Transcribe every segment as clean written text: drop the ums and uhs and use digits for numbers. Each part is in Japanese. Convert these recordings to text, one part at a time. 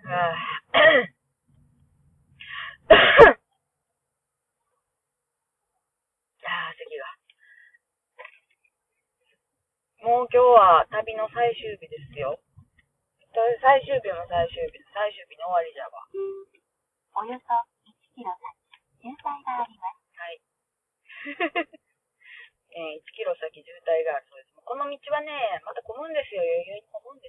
あ席が。もう今日は旅の最終日ですよ。最終日の最終日、最終日の終わりじゃわ。 およそ1キロ先、渋滞があります。 はい。1キロ先渋滞があるそうです。この道はね、また混むんですよ。余裕に混むんです。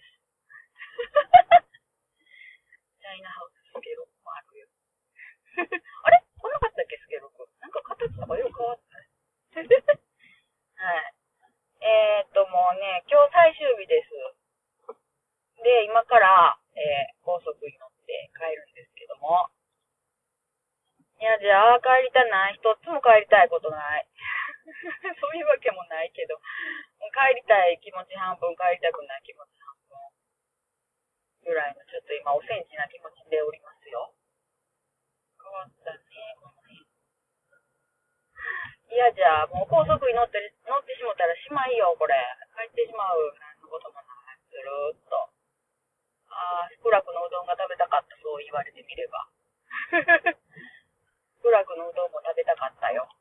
チャイナハウススケロクもあるよ。あれ来なかったっけ、スケロク。なんか形とかよく変わったね。はい。もうね、今日最終日です。で、今から、高速に乗って帰るんですけども。いや、じゃあ、帰りたない。一つも帰りたいことない。そういうわけもないけど、帰りたい気持ち半分、帰りたくない気持ち半分ぐらいの、ちょっと今、おセンチな気持ちでおりますよ。変わったね、この辺。いや、じゃあ、もう高速に乗ってしもたらしまいよ、これ。帰ってしまう。なんのこともない。ずるーっと。スクラクのうどんが食べたかった、そう言われてみれば。スクラクのうどんも食べたかったよ。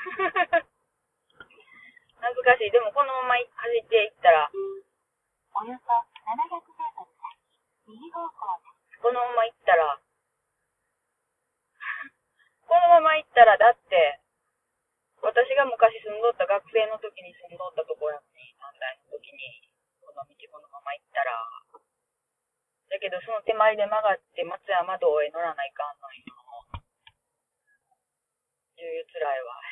恥ずかしい。でもこのまま走っていったら、 およそ700メートル先、右方向です。 このまま行ったら、このまま行ったら、だって、私が昔住んどった学生の時に住んどったところに、短大の時に、この道このまま行ったら、だけどその手前で曲がって松山道へ乗らないかんのよ。いうつらいわ。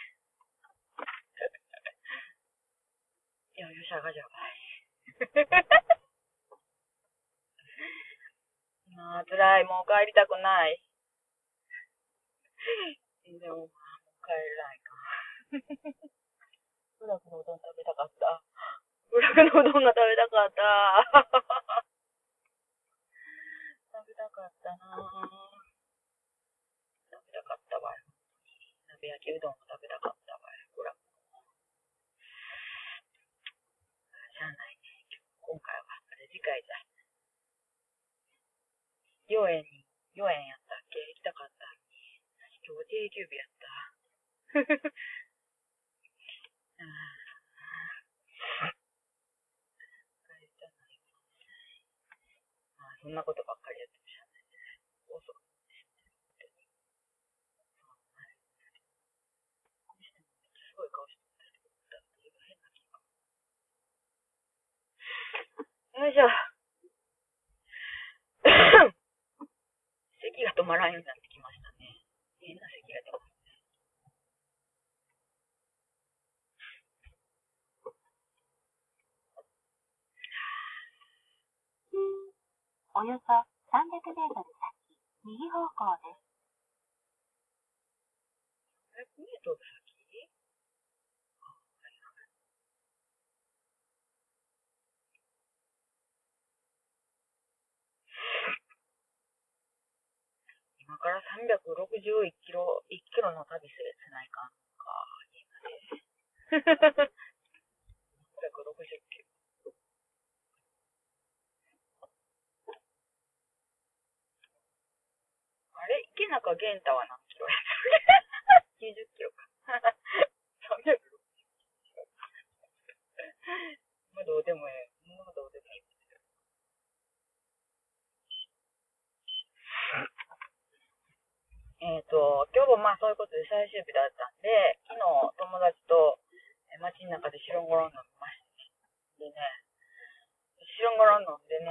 いや、よしゃがじゃばい。つらい。もう帰りたくない。でも、もう帰れないか。ブラクのうどん食べたかった。ブラクのうどんが食べたかった。食べたかったなぁ。食べたかったわよ。鍋焼きうどんも食べたかったわよ。ブラク。しゃあないね。今回は、次回じゃ。4円やったっけ、行きたかったのに。今日定休日やった。そんなことばっかりやってもしゃあないね。遅くすごい顔してたっていう変な気が。よいしょ。咳が止まらんようになってきましたね。変な咳が出ます。 およそ300メートル先、右方向です。 300メートル先？今から361キロ、1キロの旅せないかんか、360キロ。あれ池中玄太は何キロやったっけ？ 90 キロか。360キロ。もうどうでもええ。もうどうでもいい。今日もまあそういうことで最終日だったんで、昨日友達と街の中で白んごろん飲みましたね。でね、白んごろん飲んでね、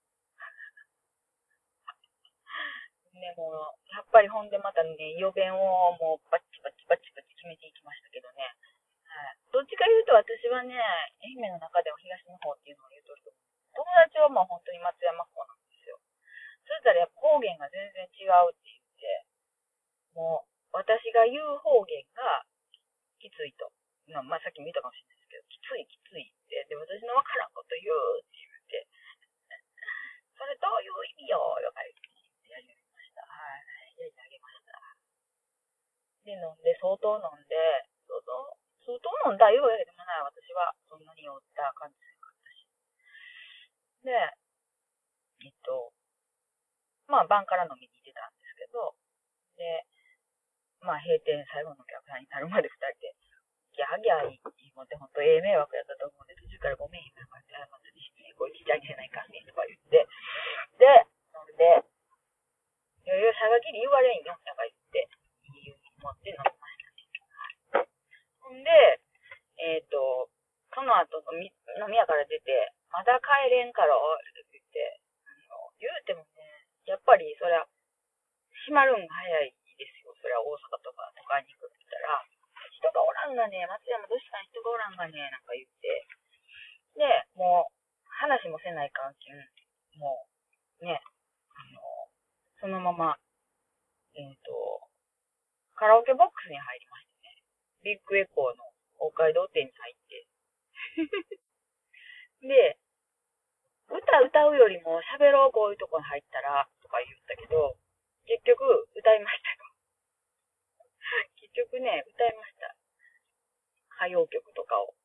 もう、やっぱりほんでまたね、予弁をもうバチバチバチバチ決めていきましたけどね。はい。どっちか言うと私はね、愛媛の中でも東の方っていうのを言うとると思う。友達はもう本当に松山方なんですよ。そしたらやっぱ方言が全然違うって言って、もう私が言う方言がきついと。まあさっきも言ったかもしれないですけど、きついきついって。で、私のわからんこと言うって言って、それどういう意味よとか言ってやりました。はい。やりてあげました。で、飲んで、相当飲んで、相当飲んだ言うわけでもない、私は。そんなに酔った感じせんかったし。で、 まあ晩から飲みに行ってたんですけど、で、まあ閉店最後のお客さんになるまで2人で、ギャーギャー言って、ほんと迷惑やったと思うんで、途中からごめん、今こうやって謝って、これ聞いてあげないかんねとか言って、で、飲んで、いやいや、佐賀切り言われんよ、とか言って、いいよ持って飲みましたね。ほんで、その後飲み屋から出て、まだ帰れんからって言って、言うてもね、やっぱりそりゃ、閉まるんが早いですよ。そりゃ大阪とか都会に行くって言ったら、人がおらんがね、松山どうしたん人がおらんがね、なんか言って、で、もう、話もせない関係、もう、ね、そのまま、カラオケボックスに入りましてね、ビッグエコーの北海道店に入って、で、歌うよりも喋ろうこういうとこに入ったら、とか言ったけど、結局歌いましたよ。結局ね、歌いました。歌謡曲とかを。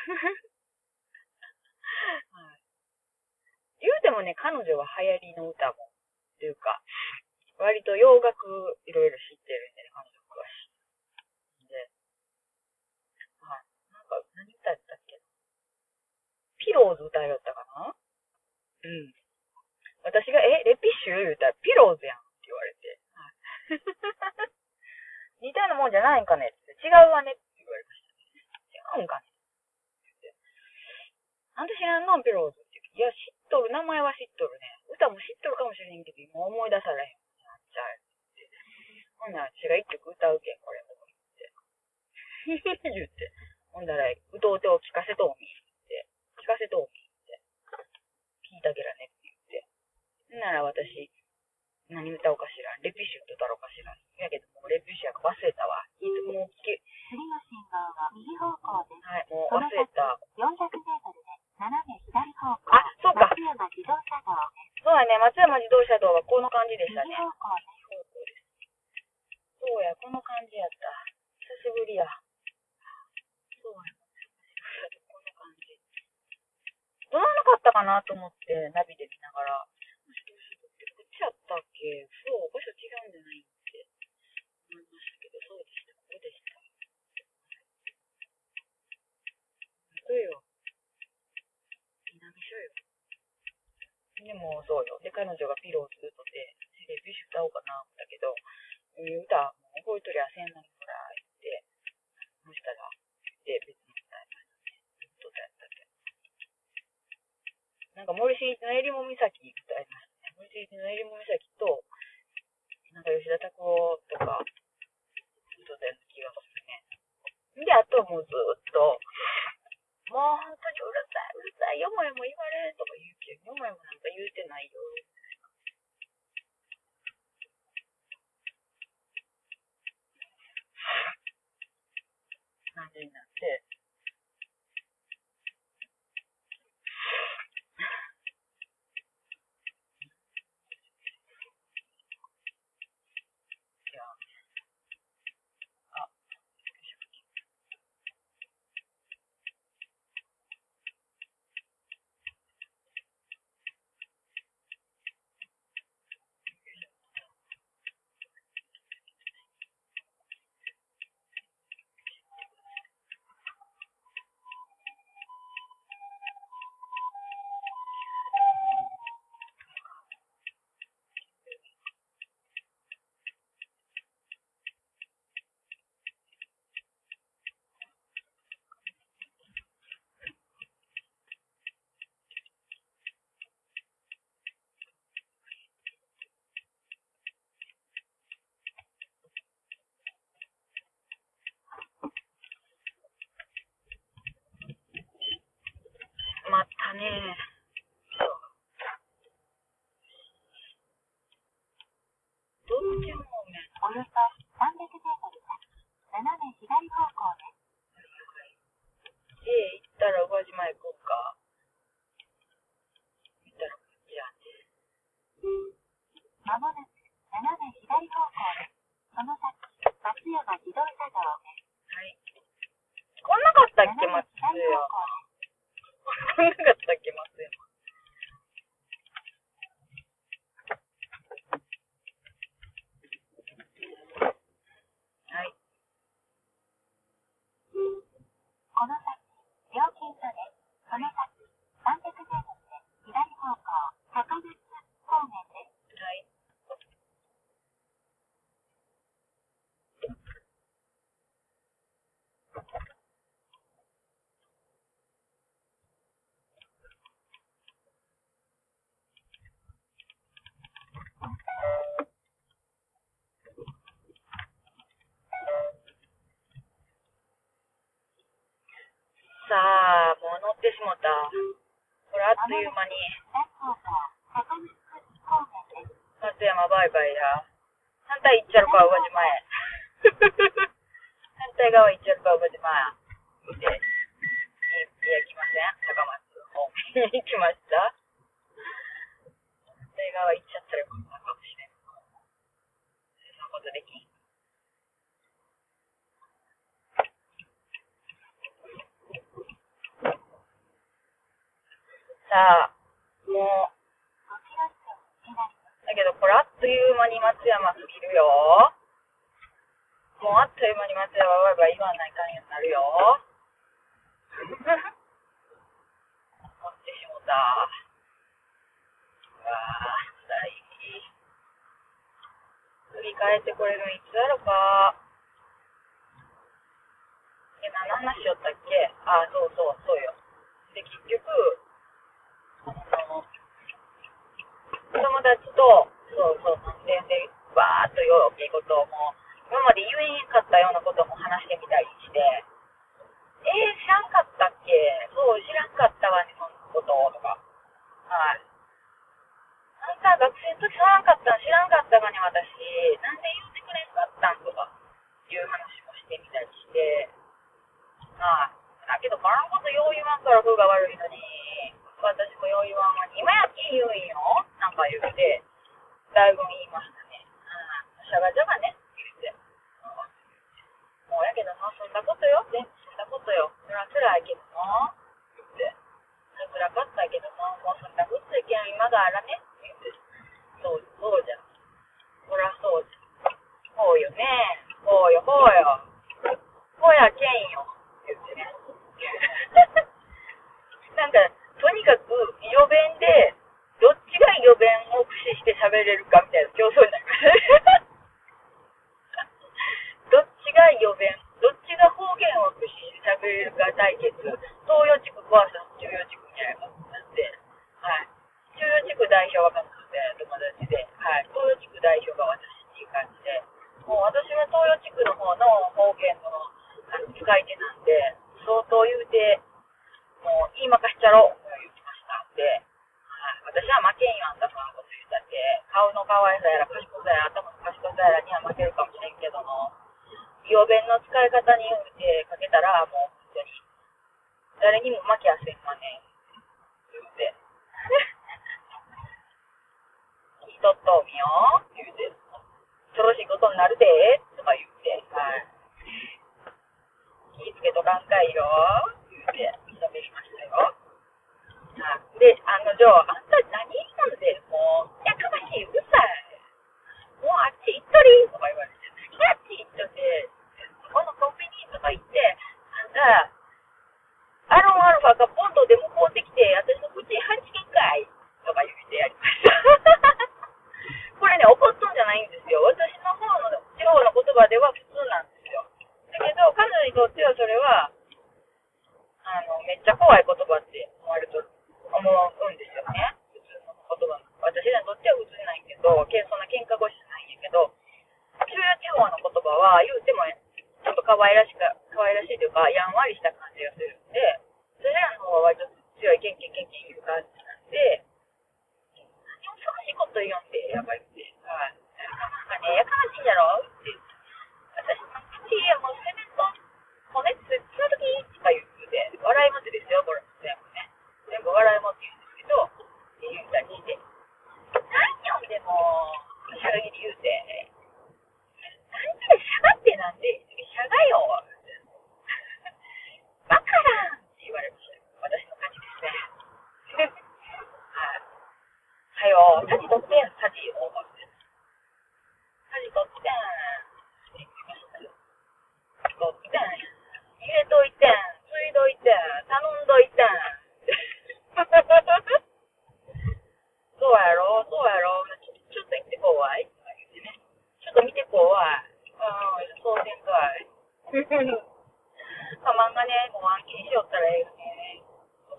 はい、言うてもね、彼女は流行りの歌も、っていうか、割と洋楽いろいろ知ってるんでね、彼女詳しいんで。はい。なんか、何歌ったっけ？ピローズ歌いよったかな？うん。私が、レピッシュ言うたらピローズやんって言われて。はい、似たようなもんじゃないんかねって。違うわねって言われました。違うんかねって。なんで知らんのピローズって。いや、知っとる。名前は知っとるね。歌も知っとるかもしれんけど、今思い出されへん。なっちゃうって。ほんなら、私が一曲歌うけん、これも。って言って。ほんだら、歌うてを聞かせとうみって。聞かせとうみって。聞いたげらねって言って。ほんなら私、何歌おうかしら。レピッシュ歌おうかしら。やけど、もうレピッシュやから忘れたわ。もう聞け。 次の信号は右方向です。 はい、もう忘れた。 400メートルで斜め左方向。 あ、そうか。 松山自動車道です。 そうやね、松山自動車道はこの感じでしたね。 右方向です。 そうや、この感じやった。久しぶりや。そうや、この感じ。どうなかったかなと思って、ナビで見ながら。こっちやったっけ？そう、場所違うんじゃないって思いましたけど、そうでした、ここでした。そうよ。南署よ。でも、そうよ。で、彼女がピローズとって、レビュー歌おうかな思ったけど、歌、もう覚えとりゃせんのにほら、言って、そしたら、で、別の歌いましたね。どうやったっけ？なんか森進一のえりも岬歌いましたね。森進一のえりも岬と、なんか吉田拓夫とか、歌ったような気がするね。で、あともうずっと、もう本当にうるさい、うるさい、よもやも言われんとか言うけど、よもやもなんか言うてないよ、感じになって、いや、あ、またね、どっち方面？ およそ300メートル先、斜め左方向です。 家行ったら宇和島行こうか。行ったらこっちやね。 まもなく斜め左方向です。その先、松山自動車道です。 はい。こんなかったっけ、松斜め左方山。 向です。 こんなかったっけ、松山。 これあっという間に松山バイバイや。反対行っちゃるか、宇和島へ。反対側行っちゃるか、宇和島へ。で、いや、来ません。高松方面に行きました。反対側行っちゃったらよかったかもしれん。そんなことできん。さあ、もう、だけどこれあっという間に松山過ぎるよ。もうあっという間に松山バイバイ言わないかんようになるよ。持ってしもた。うわぁ、最近。次帰ってこれるのいつやろか。何の話しよったっけ。そうよ。で、結局、友達と、で、バーっとよろけいことをもう、今まで言えへんかったようなことも話してみたりして、知らんかったっけ。そう、知らんかったわね、そんなこととか。はい。あんた学生の時知らんかったん知らんかったかね、私。なんで言うてくれんかったんとか、いう話もしてみたりして、はい。だけど、バラんことよう言わんから風が悪いのに、私もよう言わんわに、今やけん言うんよ。なんか言うて、だいぶ言いましたね。シャガジャガね、言うて。もうやけどな、そんなことよ。全部そんなことよ。そら辛いけどな。言って。辛かったけどな、もうそんなこといけん、今があらね。言って。そうじゃん。そらそうじゃん。ほうよね。ほうよ。ほうやけんよ。言ってね。なんか、とにかく、伊予弁で、どっちが伊予弁を駆使して喋れるかみたいな競争になりました。どっちが伊予弁、どっちが方言を駆使して喋れるか対決、東洋地区 vs 中洋地区みたいな感じになって、はい。中洋地区代表は彼女で、友達で、はい。東洋地区代表が私っていう感じで、もう私は東洋地区の方の方言の使い手なんで、相当言うて、もう言いまかしちゃろう、言ってましたんで、はい、私は負けんよ、あんたそんなこと言ったって、顔の可愛さやら賢さやら頭の賢さやらには負けるかもしれんけども、曜弁の使い方によってかけたら、もう本当に、誰にも負けやせんわね、言うて。聞いとっとみよ、言うて。よろしいことになるで、とか言うて、はい。気ぃつけとかんかいよ、言うて、喋りましたよ。で、案の定、あんた何なので、もう、やかましい、うるさい。もうあっち行っとりとか言われて、何あっち行っとって、このコンビニとか行って、あんた、アロンアルファがポンドで向こうてきて、私の口はんちけんかいとか言ってやりました。これね、怒っとんじゃないんですよ。私の方の、地方の言葉では普通なんですよ。だけど、彼女にとってはそれは、めっちゃ怖い言葉って思われると思うんですよね。普通の言葉。私らにとっては普通ないけど、そんな喧嘩腰じゃないんやけど、中央地方の言葉は言うても、ちょっと可愛らしいというか、やんわりした感じがするんで、それらの方は割と強いケンケン言う感じなんで、何も寂しいこと言うんで、やっぱりって。はい。なんかね、やかましいんやろって。私の口、もうセメント、骨つの時とか言うて、笑いもちですよ、これ。全部ね。全部笑いもち言うんですけど、言ったりして。何読んでも、しゃべり言うて、なんでしゃがってなんで、しゃがよ。バカらんって言われました。私の感じですね。はい。はよ、サジ取ってん、サジを。サジ取ってん。って言いましたよ。取ってん。入れといてん。ついどいてん。頼んどいてん。そうやろ。ちょっと行ってこうわい。言ってね。ちょっと見てこうわい。そうせんかい。たまんがね、もう暗記にしよったらええよね。も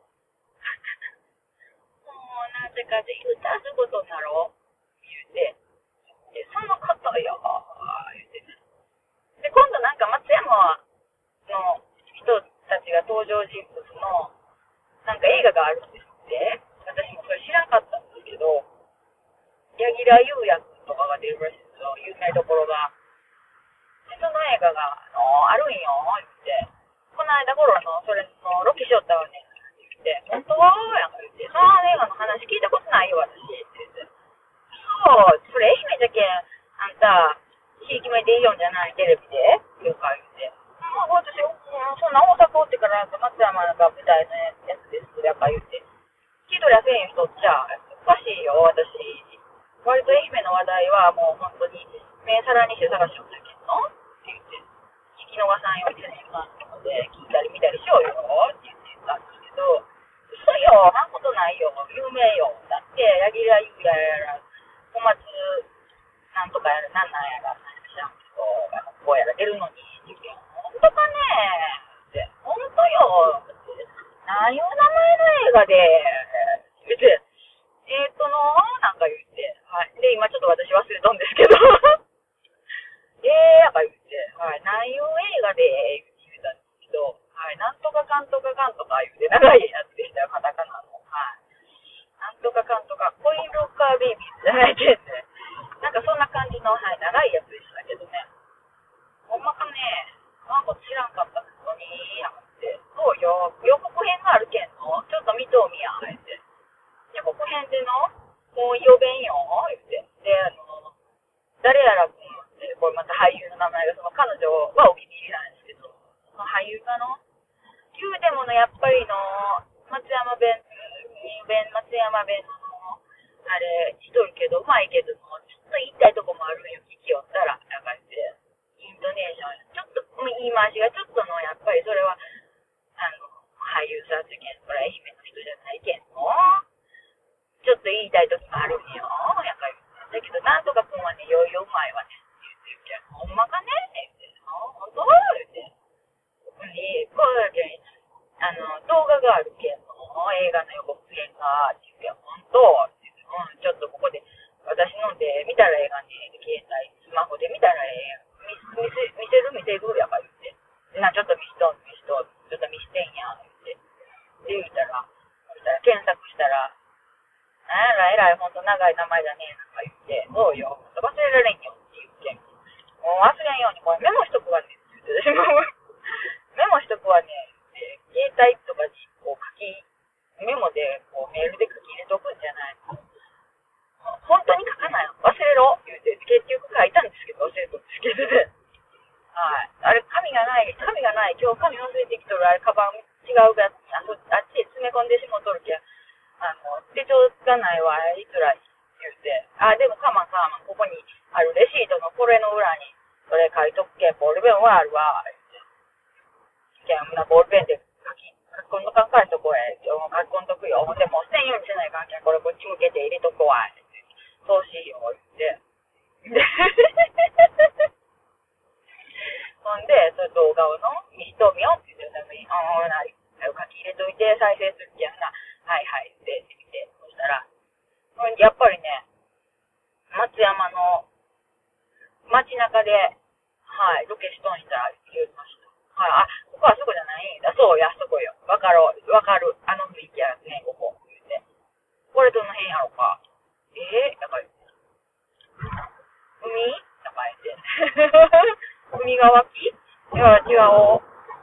うなんてかって言うたらすぐことになろう。言うて。そのことよ。言うてね。で、今度なんか松山の人たちが登場人物の、 なんか映画があるんですって。私もそれ知らんかったんですけど、柳楽優弥とかが出るらしいんですよ、有名どころが。で、その映画が、あるんよ、言って。この間頃それのロケしよったわね、って言って、本当はやんか言って、その映画の話聞いたことないよ、私、って言って。そう、それ愛媛じゃけん、あんた、地域名でいいよんじゃない、テレビで言うから言って。私、そんな大阪おってから松山が舞台のやつですやっぱ言って。聞いとりゃせんよ、人っちゃ。おかしいよ、私。割と愛媛の話題はもう本当に、目さらにして探しよったけんのって言って。聞き逃さんよ、1年間とかで聞いたり見たりしようよって言ってたんですけど、嘘よ、なんことないよ、有名よ。だって、柳楽優弥やら、小松なんとかやら、なんなんやら、知らんけど、こうやら出るのに、本当かねって、本当よって、何いう名前の映画で、言って、なんか言って、はい。で、今ちょっと私忘れたんですけど、なんか言って、はい。何いう映画で、言ってたんですけど、はい。なんとかかんとかかんとか言って、長いやつでしたよ、カタカナの。はい。なんとかかんとか、コインロッカーベイビーじゃないけんね。なんかそんな感じの、はい、長いやつでしたけどね。ほんまかね、なんか知らんかったのに、やって。そうよ、予告編があるけんの、ちょっと見とうみや、って。予告編での、もう呼べんよ、言って。で、誰やらくんって、これまた俳優の名前が、その彼女はお気に入りなんですけど、その俳優が言うてもやっぱり松山弁、松山弁の、あれ、しとるけど、うまいけどちょっと言いたいとこもあるんよ、聞きよったら、なんか言って、イントネーション、ちょっと、言い回しがちょっとやっぱりそれは、俳優さんってけん、これ愛媛の人じゃないけんちょっと言いたいときもあるんよ、やっぱり。だけど、なんとかくんはね、よいようまいわね、って言ってるけん、ほんまかねって言って、ほんと言って。に、こうだけ動画があるけん映画の予告編が、って言って、ほんとって言って、ちょっとここで、私のんで見たらええがね、携帯、スマホで見たらええ見せるやから言って。ちょっとちょっと見してんや、って言って。で、そしたら検索したら、えらい、ほんと長い名前だね、とか言って、そうよ、忘れられんよって言って、もう忘れんようにこれメモしとくわね、って言って、メモしとくわね、携帯とかにこうメモでこうメールで書き入れとくんじゃないの。本当に書かないの忘れろ言うて、結局書いたんですけど、忘れとんですけどね。はい。あれ、紙がない、今日紙忘れてきとる、あれ、カバン違うやつに、あっちへ詰め込んでしもとるけん、手帳がないわ、いつら言うて、でもかまん、ここにあるレシートのこれの裏に、それ書いとくけん、ボールペンはあるわ、言うて。けん、ボールペンで書き込んどかんかいとこへ、書き込んどくよ。でも、せんようにしないかんけん、これこっち向けて入れとこわ、そうしよ、言って。でほんで、その動画を見しとみようって言ってたのに、書き入れといて再生するけんな。はいはいって見て、そしたら、やっぱりね、松山の街中で、はい、ロケしとんしたら言いました。はい、ここはそこじゃないんだ。そうや、そこよ。わかる。あの雰囲気やね、ここ。言って。これどの辺やろか。だから、海とか言って。海が脇いや、違う。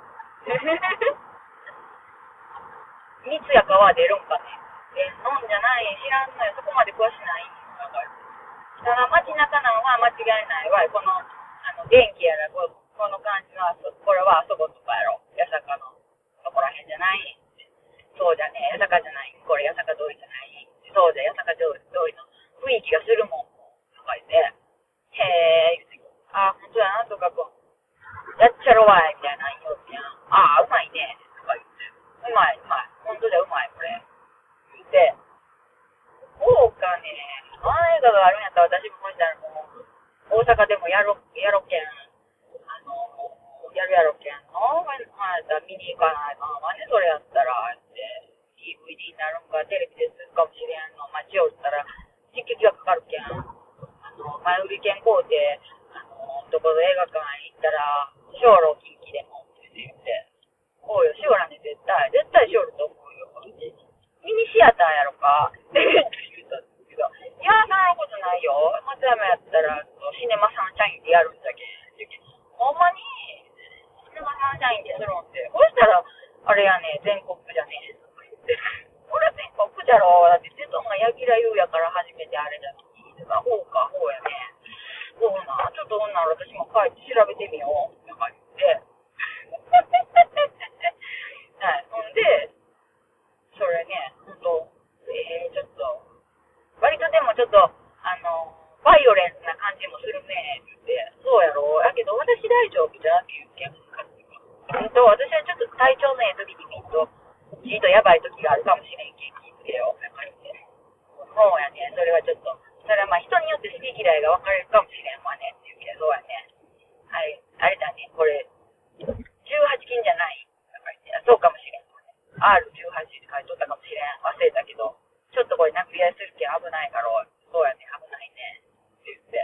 水や川出るんかね。飲んじゃない、知らんのよ。そこまで詳しないんだから。ただ街中なんは間違いないわ。この、電気やら、この感じの、これはあそことかやろ。八坂の、そこら辺じゃない。そうじゃね、八坂じゃない。これ八坂通りじゃない。そうじゃ、八坂通りの雰囲気がするもん。とか言って、へー、言って、ほんとやな、とかこう、やっちゃろわい、みたいな言うてん。うまいね、とか言って。うまい。ほんとじゃうまい、これ。言って、そうかね、あの映画があるんやったら私もしたらもう、大阪でもやろけん、やるやろけんの、見に行かないかんわね、それやったら、って、DVD になるんか、テレビでするかもしれんの、街を打ったら、チケットがかかるけん、前売り券買うて、どこの映画館行ったら、小路近畿でも、って言って、こうよ、しおらね、絶対しおると思うよ。 ミニシアターやろかって言ったんですけど、いや、そんなことないよ。松山やったら、シネマサンシャインでやるんだけん。ほんまに、シネマサンシャインってするんって。こうしたら、あれやね、全国じゃねえ。とか言って。これは全国じゃろ。だって、テトンが柳楽優やから初めてあれだと聞いてた。ほうか、ほうやね。そうな。ちょっとほんなら私も帰って調べてみよう。とか言って。はい。ほんで、それね、ほんと、ちょっと、割とでもちょっと、バイオレンスな感じもするね、って言って、そうやろ。やけど私大丈夫じゃっていうけんかっていうか。私はちょっと体調のええ時に見ると、ちょっとやばい時があるかもしれんけん、聞いてよ、やっぱりね。そうやね、それはちょっと、それはまあ人によって好き嫌いが分かれるかもしれんわね、っていうけど、そうやね。はい、あれだね、これ、18禁じゃないとか言って、そうかもしれんわね。R18 って書いとったかもしれん。忘れたけど、ちょっとこれ殴り合いするけん危ないから、そうやね、危ないね。って言って。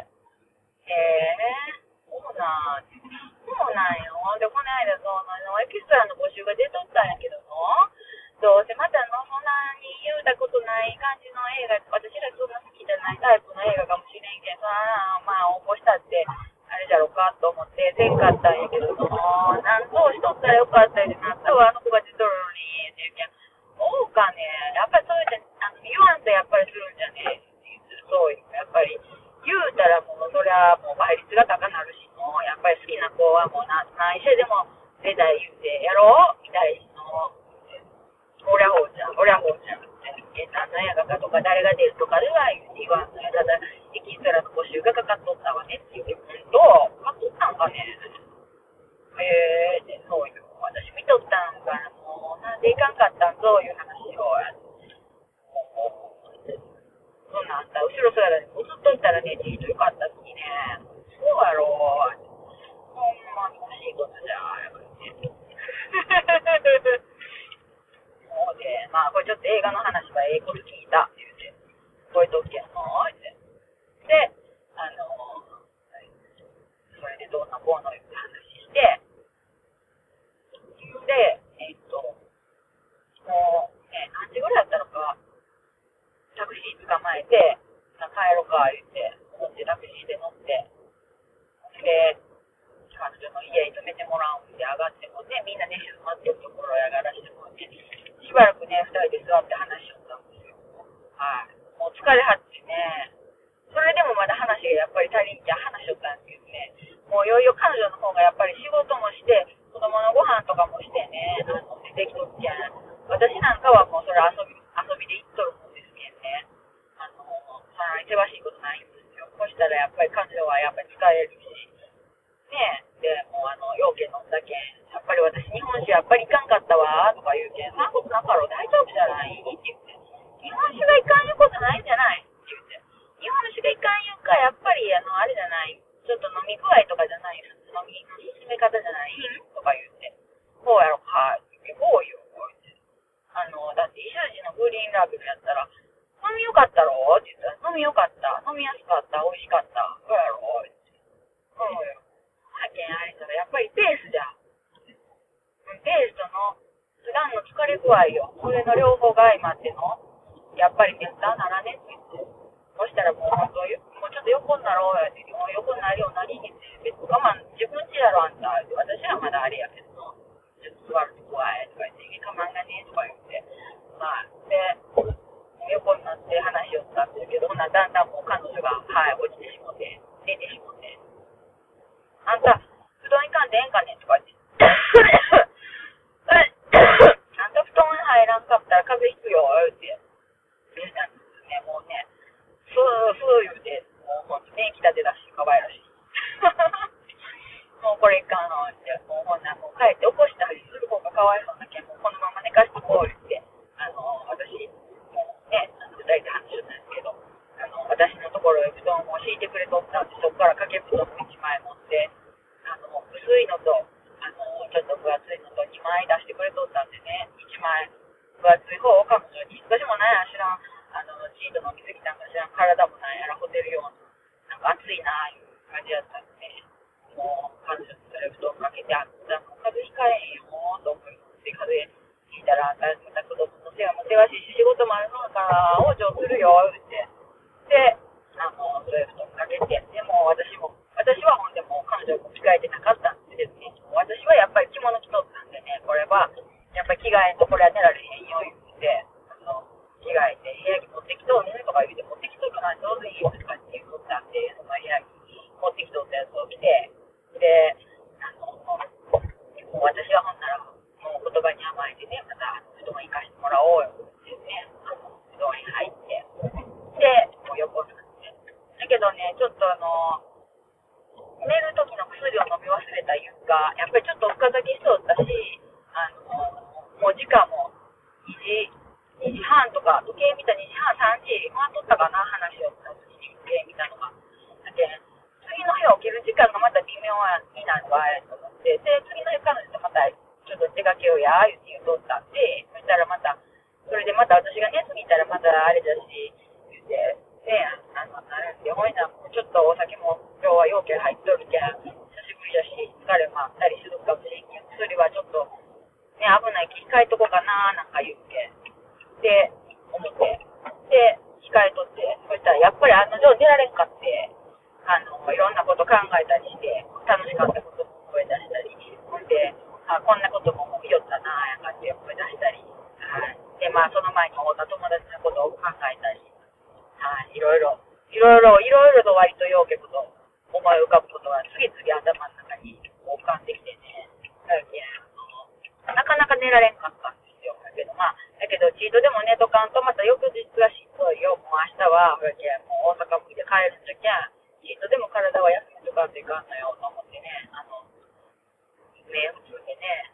そうなん、そうなんよ。で、この間、エキストラの募集が出とったんやけどの、どうせまたそんなに言うたことない感じの映画、私らそんな好きじゃないタイプの映画かもしれんけん、そらまあ応募したって、あれじゃろうかと思って、せんかったんやけどの、なんとしとったらよかったよってなったわ、あの子が出とるのに、って言うけん、そうかね、やっぱりそういうじゃ、言わんとやっぱりするんじゃねえって言って、そうよ、やっぱり。言うたらもうそりゃもう倍率が高なるしもうやっぱり好きな子はもう何してでも出たい言うてやろうみたいの俺はほうちゃんって何やがかとか誰が出るとかでは言わんのやただエキストラの募集がかかっとったわねって言うてどうかかっとったんかねってそうよ私見とったんからもうなんでいかんかったんぞいう話をそんなんあった後ろ姿に映っといたらね、じっとよかったのにね。そうやろほんまに欲しいことじゃ、やっぱりね。もうで、まあ、これちょっと映画の話はええこと聞いたって言って、こういう時やのって。で、それでどうなこうのって話して、で、もう、ね、何時ぐらいやったのか、タクシー捕まえて、帰ろうか、言って、思ってタクシーで乗って、で、彼女の家に泊めてもらうんで上がってもね、みんな寝静まってるところをやがらしてもらって、しばらくね、二人で座って話しよったんですよ。はい。もう疲れはってね、それでもまだ話がやっぱり足りんきゃ話しよったんですけどね、もういよいよ彼女の方がやっぱり仕事もして、子供のご飯とかもしてね、出てきとっけん。私なんかはもうそれ遊びで行っとるもんですけんね。そんなに険しいことないんですよ。そしたらやっぱり彼女はやっぱり疲れるし、ねで、もう要件飲んだけん、やっぱり私日本酒やっぱりいかんかったわ、とか言うけん、そんなことなかろう、大丈夫じゃないって言って、日本酒がいかんいうことないんじゃないって言って、日本酒がいかんいうか、やっぱりあれじゃない、ちょっと飲み具合とかじゃない、飲みの進め方じゃないとか言って、こうやろか、ってこうよ、こう言って。だって、イシュージのグリーンラベルやったら、飲みよかったろって言ったら、飲みよかった、飲みやすかった、美味しかった、そうやろって。そうよ。派遣あれたら、やっぱりペースじゃ。ペースとの、普段の疲れ具合よ。それの両方が相まっての、やっぱりね、負担ならねって言って。そしたらもう本当、もうちょっと横になろうやって、もう横になるようになりにって、別に我慢、自分ちやろあんた。私はまだあれやけど、ちょっと座ると怖いとか言って、我慢がねとか言って。まあ、で、横になって話しよったんですけど、だんだんもう彼女が、はい、落ちてしもて、出てしもて。あんた、布団行かんでええんかねとか言って。あんた布団入らんかったら風邪ひくよ、って。言うたんですね、もうね。そう言うて、もうほんと電気立てだし、かわいらしい。もうこれいかんの、って、もうほんなもう帰って起こしたりする方がかわいそうなけん、もうこのまま寝かしてこう、言って。私、もうね、二人で話しったんですけど、私のところへ布団を敷いてくれとったんで、そこから掛け布団を1枚持って、薄いのと、ちょっと分厚いのと2枚出してくれとったんでね、1枚分厚い方を彼女に、私もなんや知らん、チート飲みすぎたんか知らん、体もなんやらほてるような、なんか暑いなあいう感じだったんでね、もう彼女にそれ布団かけてあったら、もう風邪ひかえへんよと思って、風邪ひいたら、また子供の世話もせわしいし、仕事も往生するよ、って。で、そういう布団かけて、でも私はほんでも彼女も着替えてなかったんですけどね、私はやっぱり着物着とったんでね、これは、やっぱり着替えんとこれは寝られへんよ、言って、着替えて、部屋着持ってきとうねとか言って、持ってきとくのはちょうどいいよとかって言うとったんで、その部屋着持ってきとったやつを着て、で、もう私はほんなら、もう言葉に甘えてね、また布団行かしてもらおうよってね、布団に入って、で、もう横になって。だけどね、ちょっと寝る時の薬を飲み忘れたいうか、やっぱりちょっと深酒しとったし、もう時間も2時半とか、時計見た2時半、3時回っとったかな、話をした時に時計見たのが。だけ次の日起きる時間がまた微妙になるわと思って、で、次の日彼女とまたちょっと出かけようや、言うて言うとったんで、そしたらまた、それでまた私が寝すぎたらまたあれだし、言うて、ね、なるんで、ほいな、ちょっとお酒も今日は容器入っとるけん、久しぶりだし、疲れもあったりするかもしれんけん、薬はちょっと、ね、危ないき控えとこうかな、なんか言うて、で、思って、で、控えとって、そしたらやっぱり案の定寝られんかって、いろんなこと考えたりして、楽しかったことも思い出したり、ほんで、こんなことも見よったな、やかって思い出したり、で、まあ、その前に会った友達のことを考えたり、いろいろと割とようけこと思い浮かぶことが次々頭の中に浮かんできてね、なかなか寝られんかったんですよ。だけど、だけど、チートでも寝とかんと、また翌日がしんどいよ。もう明日は、もう大阪向きで帰るときゃ、チートでも体は休めとかんといかんのよ、と思ってね、目をつぶってね、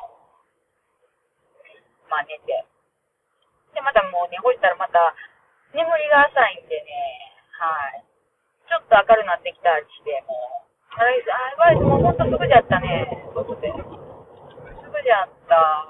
寝て。で、またもうね、ほしたらまた、眠りが浅いんでね、ちょっと明るくなってきたりして、もう、もうほんとすぐじゃったね、と思って。すぐじゃった、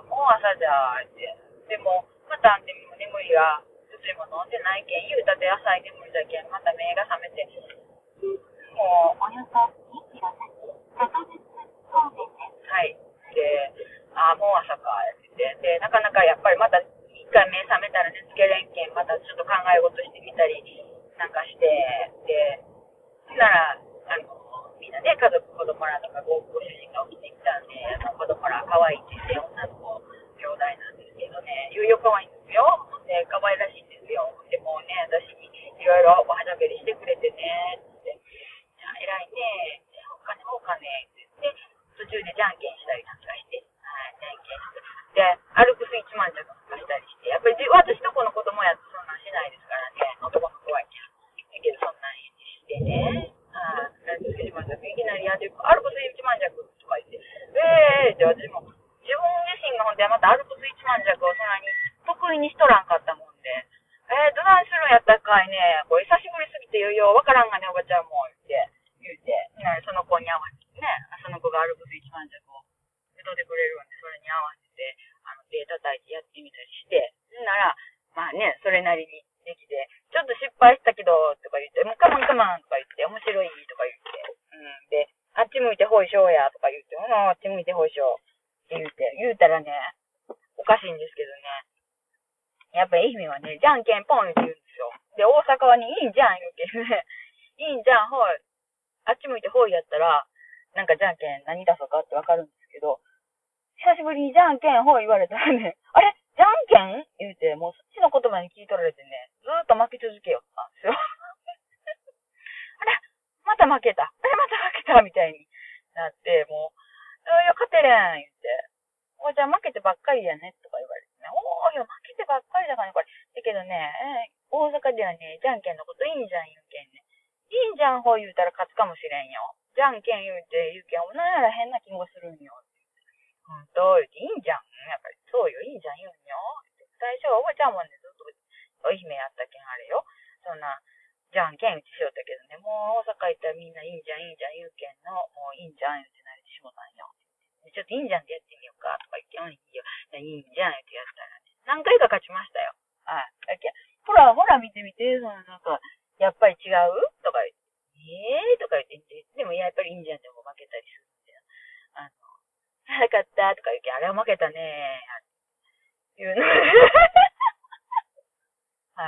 もう朝じゃ、って。でも、また眠りが、薬も飲んでないけん、言うたって浅い眠りだけん、また目が覚めて、もう、 およそ2キロ先、高津方面です。 はい。で、もう朝か、って言って、で、なかなかやっぱりまた、一回目覚めたら寝つけれんけん、またちょっと考え事してみたりなんかして、で、なら、みんなね、家族、子供らとかご主人が起きてきたんで、子供ら可愛いって言って、女の子、兄弟なんですけどね、ゆうよ可愛いんですよ。で、可愛らしいんですよ。でもね、私にいろいろおはしゃべりしてくれてね、って。偉いね、ほうかね、って言って、途中でじゃんけんしたりなんかして、じゃんけんして。で、アルプス一万着とかしたりして、やっぱり私とこの子供やとそんなんしないですからね、男の子はだけどそんなんしてね、アルプス一万着、いきなりやって、アルプス一万着とか言って、って私も、自分自身がほんでまたアルプス一万着をそんなに得意にしとらんかったもんで、どないするんやったかいね、これ久しぶりすぎてようわからんがね、おばちゃんも、言うて、その子に合わせてね、その子がアルプス一万着を歌ってくれるんで、それに合わせて、手叩いてやってみたりして、なら、それなりにできて、ちょっと失敗したけど、とか言って、もうカモンカモンとか言って、面白いとか言って、で、あっち向いてほいしょうやとか言って、あっち向いてほいしょうって言うたらね、おかしいんですけどね、やっぱ愛媛はね、じゃんけんポンって言うんですよ。で、大阪はね、いいんじゃん言うけんね、いいんじゃん、ほい。あっち向いてほいやったら、なんかじゃんけん何出そうかってわかるんですけど、久しぶりにじゃんけんほい言われたらね、あれじゃんけん言うて、もうそっちの言葉に聞い取られてね、ずーっと負け続けよったんですよ。あれまた負けた。また負けたみたいになって、もう、いや、勝てれん言って。じゃあ負けてばっかりやねとか言われてね。いや、負けてばっかりだからね、これ。だけどね、大阪ではね、じゃんけんのこといいんじゃん言うけんね。いいんじゃんほい言うたら勝つかもしれんよ。じゃんけん言うて言うけん、なんやら変な気もするんよ。言うて、いいんじゃん。やっぱり、そうよ、いいんじゃん言うんよ。最初はおばちゃんもね、ずっと、お姫やったけんあれよ。そんな、じゃんけん打ちしよったけどね、もう大阪行ったらみんないいんじゃん、いいんじゃん言うけんの、もういいんじゃん言うて慣れてしもたんよ。でちょっといいんじゃんってやってみようか、とか言って、いいよ。いいんじゃん言うてやったらね、何回か勝ちましたよ。はい。だけほら、ほら見てみて、そのなんか、やっぱり違うとか言って、とか言って、でもやっぱりいいんじゃんでも負けたりするんで、早かったとか言うけど、あれは負けたねいうの。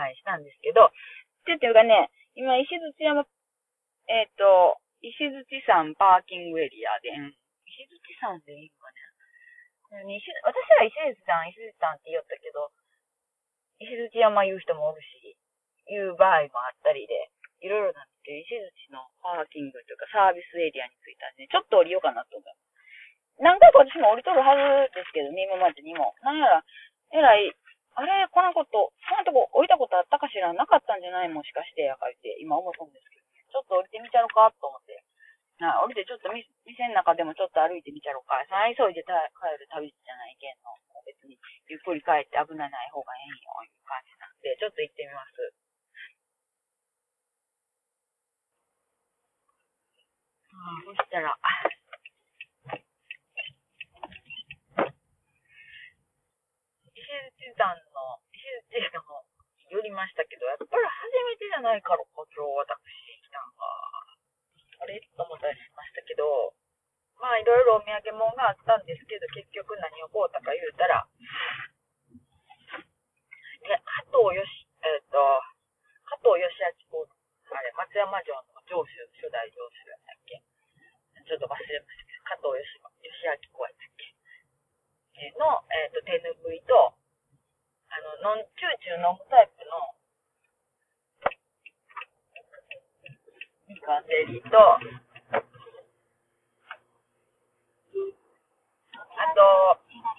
けど、っていうかね、今、石鎚山、石鎚山パーキングエリアで、石鎚山でいいかね。私は石鎚山って言おったけど、石鎚山言う人もおるし、言う場合もあったりで、いろいろなんですけど、石鎚のパーキングというかサービスエリアに着いたんで、ちょっと降りようかなと思います。何回か私も降りとるはずですけどね、今までにも。なんやら、えらい、あれ、こんなとこ降りたことあったかしら、なかったんじゃないもしかして、やかいて、今思うんですけど、ちょっと降りてみちゃろうかと思って。降りてちょっと店の中でもちょっと歩いてみちゃろうか。急いで帰る旅じゃないけんの。別に、ゆっくり帰って危ない方がええんよ、いう感じなんで、ちょっと行ってみます。そしたら、石鎚の寄りましたけど、やっぱり初めてじゃないからこそ、私来たんが、あれと思ったりしましたけど、まあいろいろお土産物があったんですけど、結局何を買うたか言うたら、加藤義明公、あれ、松山城の初代城主やったっけ、ちょっと忘れましたけど、加藤義明公やったっけの、手ぬぐいと、チューチュー飲むタイプのみかんゼリーと、あと、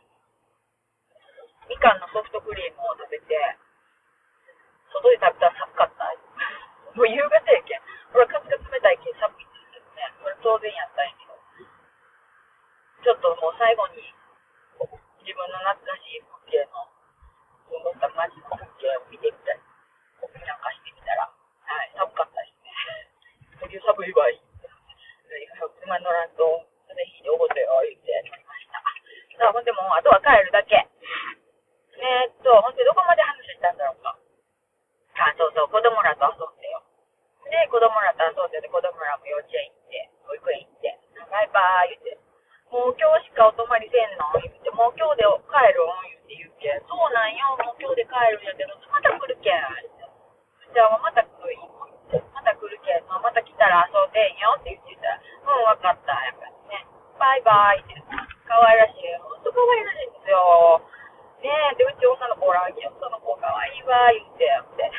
みかんのソフトクリームを食べて、外で食べたら寒かった。もう夕方やけん。これ風が冷たいけん寒いんですけどね。これ当然やったんやけど。ちょっともう最後に自分の懐かしい風景の、そのった街の風景を見てみたり、なんかしてみたら、はい、寒かったですね。冬寒いわいい。車乗らんと、それひどいことよ、言って乗りました。さあ、ほんでもう、あとは帰るだけ。ほんでどこまで話したんだろうか。あ、そうそう、子供らと遊んでよ。で、子供らと遊んでて、子供らも幼稚園行って、保育園行って、バイバーイ言って、もう今日しかお泊まりせんの言って、もう今日で帰るん言って言うけん、そうなんよ、もう今日で帰るんやけど、また来るけん。じゃあまた来るよ。また来るけん、また来たら遊んでんよって言ってたら、わかった、やっぱりね。バイバイって。可愛らしい。ほんと可愛らしいんですよ。ねえ、で、うち女の子おらんけん、その子可愛いわ、言って、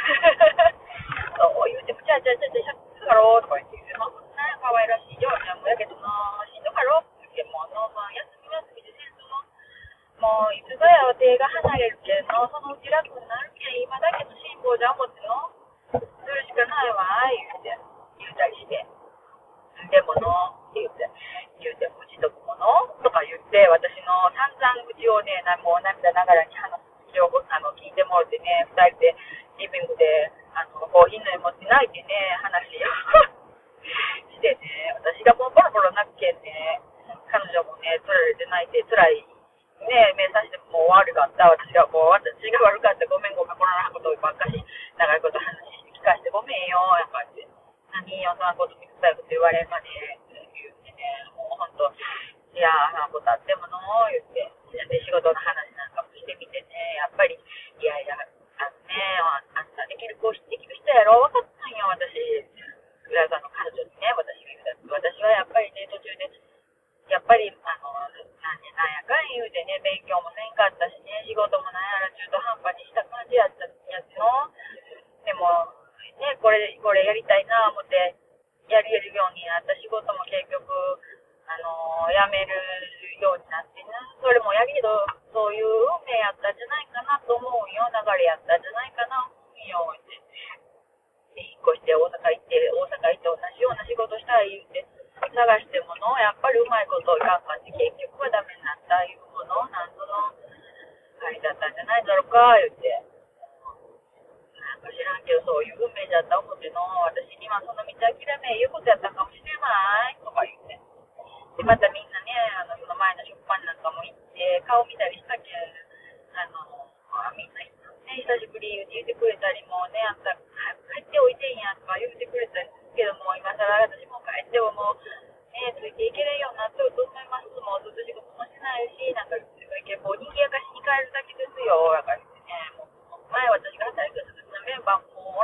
そう言うて、じゃあ、シャツだろうとか言って、まあ、そんな可愛らしいよ、じゃあ、もうやけどな、しんどかろって言って、もう、休みでせんともう、いつぞやは手が離れるけんの、そのうち楽になるけん、今だけの辛抱じゃ思っての、するしかないわ、言うたりして。でもの、って言うて、うちとこものとか言って、私の散々口をね、もう涙ながらに話す口を聞いてもらってね、二人でリビングで、コーヒーの絵持って泣いてね、話をしてね、私がもうボロボロ泣くけんね、彼女もね、つられて泣いて、辛い、ね、目指してもう悪かった、私が悪かった、ごめん、こんなことばっかし、長いこと話聞かしてごめんよ、やっぱり。何よ、そんなこと聞くたいこと言われんまで、言ってね、もうほんと、いやー、そんなことあってもの言って、で、仕事の話なんかもしてみてね、やっぱり、いやいや、あんたできる人やろ、分かったんよ、私。浦沢の彼女にね、私はやっぱりね、途中で、やっぱり、なんやかん言うてね、勉強もせんかったしね、仕事もなんやら中途半端にした感じやったやつの。でも、ね、これやりたいな思って、やれるようになった仕事も結局、辞めるようになってな、それもやけど、そういう運命やったんじゃないかなと思うよ、流れやったんじゃないかな、思うよ、って。引っ越して大阪行って同じような仕事したい言って探してものやっぱりうまいこといかんかって結局はダメになったいうものなんとのあれだったんじゃないだろうか言ってなんか知らんけどそういう運命だった思っての私にはその道諦めいうことやったかもしれないとか言ってでまたみんなねその前の出版なんかも行って顔見たりしたけんみんなね、久しぶり言ってくれたりもね、あんた帰っておいてんやとか言ってくれたんですけども、今更私も帰ってももう、ね、ついていけれんようになってると思います。もうずっと仕事もしないし、なんか、もう賑やかしに帰るだけですよ、だからね、もう前私が働いてた時のメンバーもおら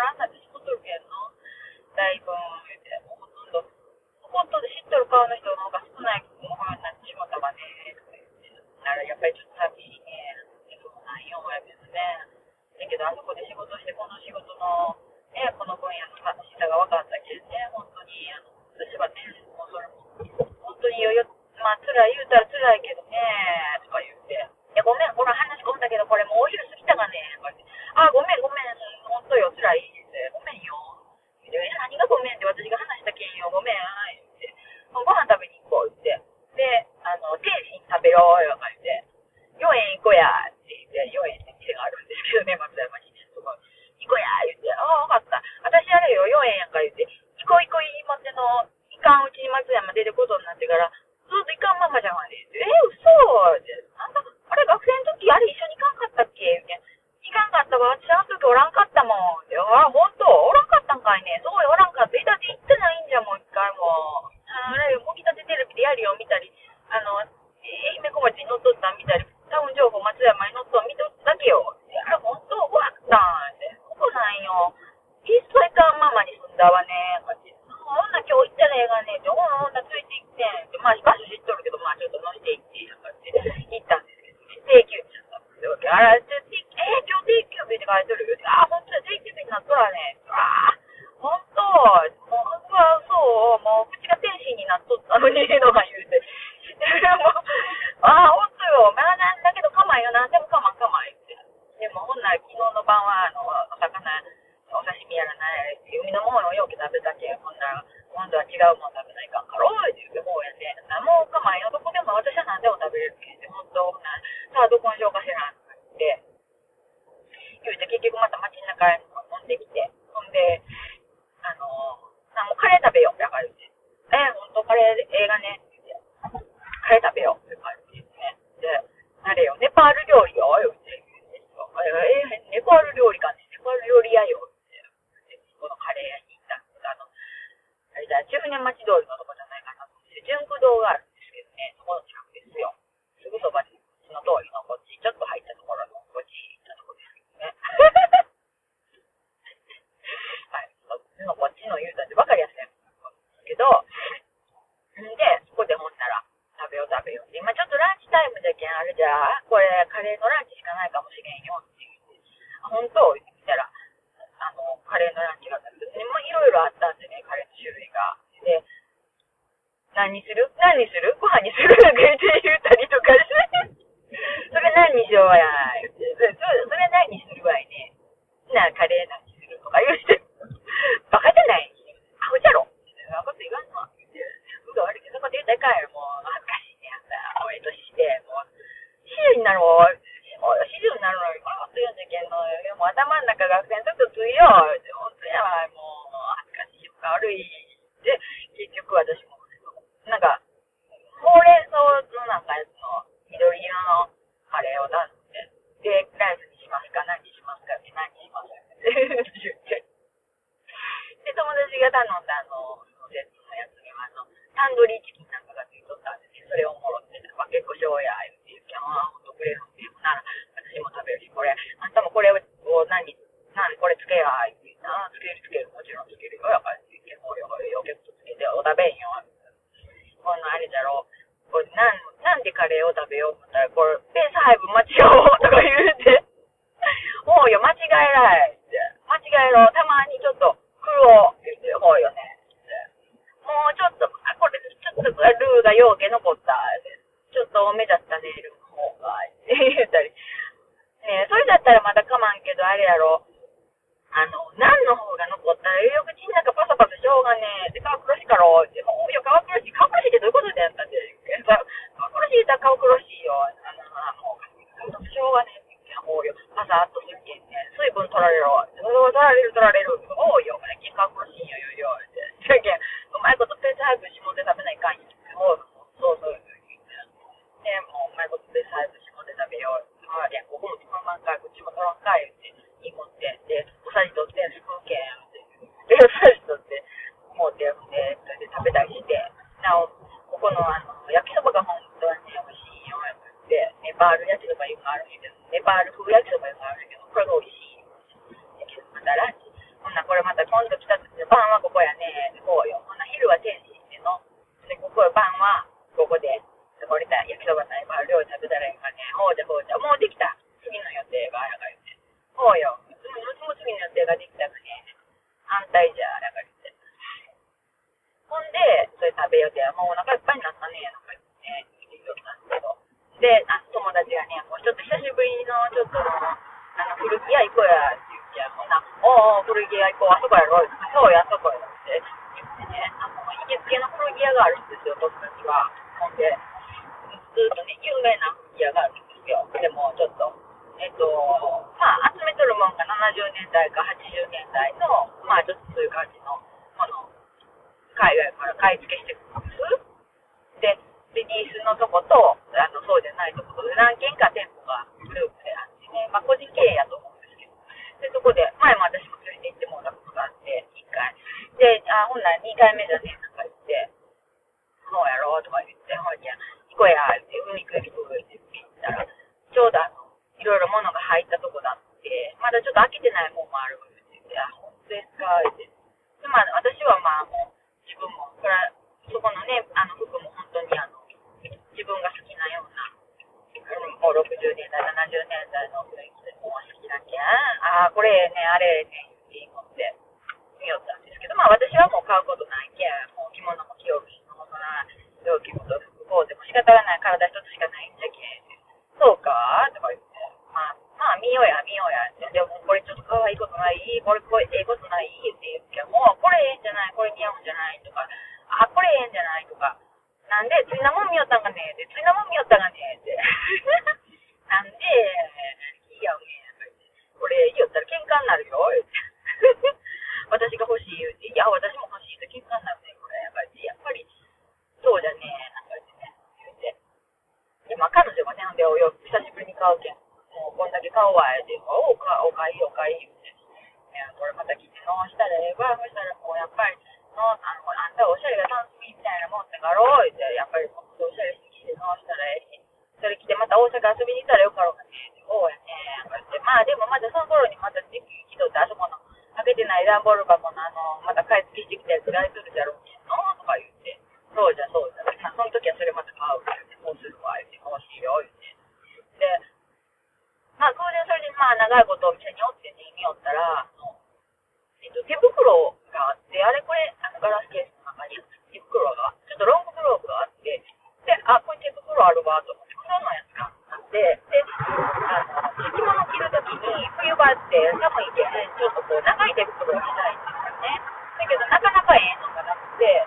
からんなってしもとるけんの。だいぶ、言うて、もうほとんどで知っとる顔の人の方が少ないものになってしまったわね、とか言って。ならやっぱりちょっと寂しいね、そうなんよ、やけどね。だけど、あそこで仕事して、この仕事の、ね、この分野の楽しさが分かったけどね、本当に、私はね、もうそれも、本当にまあ、辛い言うたら辛いけどね、とか言って。いや、ごめん、ほら、話し込んだけど、これもうお昼過ぎたがね、とか言って。あ、ごめん、本当よ、辛いって。ごめんよ。で、何がごめんって私が話したけんよ、ごめん、って。ご飯食べに行こうって。で、天津食べようよ、とか言って。4円行こうや、って言って、4円って店があるんですけどね、松山に。そこ、行こうや、言って。ああ、分かった。私あれよ、4円やんか言って。行こう行こう言いまっての、いかんうちに松山出ることになってから、ずっといかんままじゃんわね。嘘って。あれ学生の時あれ一緒に行かんかったっけみたいな。行かんかったわ。私あの時おらんかったもん。って。あ、ほんとおらんかったんかいね。そうよ、おらんかった。だって行ってないんじゃん、もう一回も。あれ、もぎたてテレビでやるよ、見たり。愛媛小町に乗っとったん見たり。タウン情報松山に乗っとん見とっただけよ。あれ、ほんと終わったんって。ここなんよ。一切かんままに住んだわね。こっち。女今日行ったらええがねって、女ついて行ってんって、まあ、場所知っとるけど、まあ、ちょっと乗せて行って、とかって行ったんですけど、定休日だったってわけ。あら、今日定休日って書いてるよ。あ、ほんとだ、定休日になっとらね。あほんと、もう、うわ、そう、もう、口が天使になっとったのに、とか言うて。もう、ほんとよ、まあ、だけど我慢よ、なんでも我慢言って。でも、ほんなら昨日の晩は、お魚、お刺身やらない、海のものをよく食べたけん、ほんなら、今度は違うもの食べないかんから、おいって言って、もうやね、もう我慢よ、どこでも私は何でも食べれるけん、ほんと、さあ、どこにしようかしら、って言って、結局また街中に飛んできて、ほんで、もうカレー食べよう、やから言って。ほんと、カレー映画ね、って言って、カレー食べよう、って言ってね。で、あれよ、ネパール料理よ、言って。ネパール料理かね、ネパール料理屋よ、このカレー屋に行ったんですが、あれだ、10年町通りのとこじゃないかなと思って、純駆堂があるんですけどね、そこの近くですよ。すぐそばに、その通りのこっち、ちょっと入ったところの、こっち行ったところですけどね。はい、そっちのこっちの言うたって分かりやすいんですけど、で、そこでほんなら、食べよう食べようって。今ちょっとランチタイムだけあるじゃ、これカレーのランチしかないかもしれんよって言って、本当言ったら、カレーのランチがあったんですね。いろいろあったんでね、カレーの種類が。で、何にするご飯にするなんか言ったりとかして、それ何にしようや、言って、それ何にするわいね。カレー何にするとか言うて、バカじゃないアホじゃろそんなこと言わんのって言って、うが悪いけど、そこで言ったら帰る、もう恥ずかしいね、あんた、もう年して、もう、40になるもん、40になるのに、このこと言うんじゃけんのよ。もう頭の中学生の時とついよ、本当やわ、もう、恥ずかしいよ、悪い。で、結局私も、なんか、ほうれん草のなんかやつの緑色のカレーを出して、で、ライスにしますか何にしますかって何にしますかって言って。で、友達が頼んだそのセットのやつにはタンドリーチキンなんかがついとったんでね、それをもろって、結構しようや、言って言って、ほんとくれるんで、なら、私も食べるし、これ、あんたもこれをこれつけや、言って、つける、もちろんつけるよ、やからって言って、もうよ、結構つけて、お食べんよ、このあれだろう、これなんでカレーを食べようと思ったら、これ、ペース配分間違おうとか言うて、もうよ、間違えられって、間違えろ、たまにちょっと、苦労って言って、ほうよね、って。もうちょっと、これ、ちょっとルーがようけ残った、ちょっと多めだったね、ルーの方が、って言ったり。ねそれだったらまだ我慢けど、あれやろ、何の方が残ったら、よく口の中パサパサしょうがねえって、顔黒しかろうって、もうよ、顔黒しってどういうことだよ、だって。顔黒し言ったら顔黒しいよ。もう、しょうがねえって言って、もうよ、パサッとするけんね。水分取られろ。取られる。おうよ、顔黒しいよ、よ、って。だけん、うまいことペース配分しもって食べないかんよ。おう、そう。で、もう、うまいことペース配分しもって食べよう。まあ、いや、ここも取らんかい、こっちも取らんかい、って。日本って、で、おさじ取って、スプーン券って、で、おさじ取って、もうで、で、食べたりして、なお、ここの焼きそばが本当はね、美味しいよ、って、ネパール焼きそばいうのがあるんやけど、ネパール風焼きそばいうのがあるんやけど、これが美味しい。またランチ、こんな食べようって、もうお腹いっぱいになったね、なんかね、言ってたんですけど。で、友達がね、もうちょっと久しぶりの、ちょっと古着屋行こうや、って言って、ほんな、おー、古着屋行こう、あそこやろ、そうや、あそこやろ、って言ってね、行きつけの古着屋があるんですよ、僕たちは。ほんで、ずっとね、有名な古着屋があるんですよ。でも、ちょっと、まあ、集めとるもんが70年代か80年代の、まあ、ちょっとそういう感じのものを海外から買い付けしてくるんです。で、レディースのとこと、そうじゃないとことで何軒か店舗がグループであってね、まあ、個人経営やと思うんですけど、で、そこで、前も私も連れて行ってもらったことがあって、1回。で、ほんなら2回目だね、なんか言って、そうやろとか言って、ほんじゃ、行こうや、って、海行くって言ったら、ちょうどいろいろ物が入ったとこだって、まだちょっと開けてないもんもあるって言って、本当ですかって。で、まあ、私はまあもう、自分も、これ、そこのね、服も本当に自分が好きなような、もう60年代、70年代の雰囲気でもう好きなきゃ、これね、あれね、って思って見よったんですけど、まあ私はもう買うことないけん、もう着物も着よるし、もうそんな、洋着も服こうでも仕方がない、体一つしかないんじゃけん、そうかとか言って、まあ見ようや、見ようやって、でもこれちょっと可愛いことない、これええことないって言うけど、もうこれええんじゃない、これ似合うんじゃないとか、これええんじゃないとか、なんで、ついなもん見よったんかねって、ついなもん見よったんかねって。なんで、いいやんねこれ言ったら喧嘩になるよ、って。私が欲しい言うて、いや、私も欲しいって喧嘩になるね、これ。やっぱり、そうじゃねえ、なんか言ってね、言うて。で、まあ彼女がね、で、久しぶりに買うけん、もうこんだけ買うわ、って、お買い、お買い、言うて。これまた着て直したらええわ、そしたらもうやっぱり、あんたおしゃれが楽しみみたいなもんだからおいって、やっぱりもっとおしゃれして着て直したらええし、それ着てまた大阪遊びに行ったらよかろうかねって、そうやね、ってまあでもまだその頃にまた時期着とってあそこの開けてない段ボール箱のまた買い付けしてきたやつが空いとるじゃろうけんのとか言って、そうじゃそうじゃ、その時はそれまた買うって言って、こうするわ、言って、欲しいよ、言って。で、まあ、当然それでまあ長いことお店におってね、見よったら、手袋があって、あれこれ、ガラスケースの中に手袋が、ちょっとロンググローブがあって、で、これ手袋あるわ、と思って、黒のやつがあって、で、着物着るときに、冬場って寒いけん、ちょっとこう、長い手袋をしたいんですよね。だけど、なかなかええのがなくて、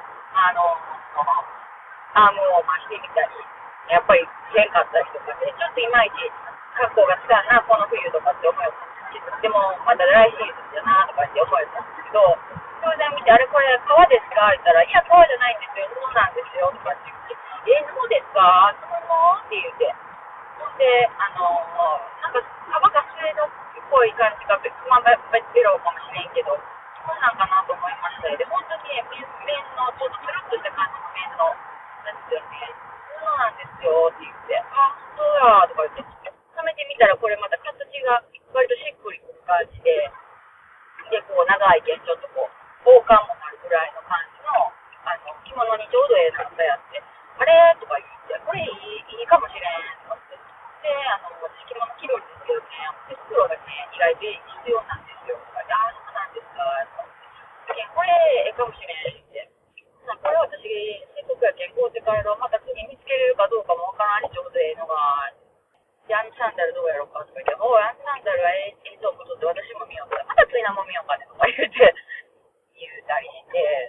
アームを回してみたり、やっぱりせんかったりとかで、ちょっといまいち格好がつかんな、この冬とかって思います。でも、まだ来シーズンだなとかって思えたんですけど、当然見て、あれこれ革ですか言ったら、いや、革じゃないんですよ、布なんですよ、とかって言って、布ですか布って言って。ほんで、なんか、革がスウェードっぽい感じが、まあ、ベロかもしれんけど、そうなんかなと思いました。で、本当にね、綿の、ちょっとつるっとした感じの綿の、なんですよね。布なんですよ、って言って、そうや、とか言って、はめてみたら、これまた形が割としっくりくる感じで、で、こう、長いけん、ちょっとこう、防寒もなるぐらいの感じの、着物にちょうどええ長さやって、あれとか言って、これいいかもしれん、とかって。で、私着物着るんですけどね、手袋がね、意外と必要なんですよ、とかで、そうなんですか、とかって。これ、ええかもしれん、って。これ私、せっかくやけん、買うて帰ろう、また次見つけれるかどうかもわからんにちょうどええのが、で、サンダルどうやろうかとか言って、サンダルはええと思って私も見ようと。またついなもん見ようかねとか言うたりして、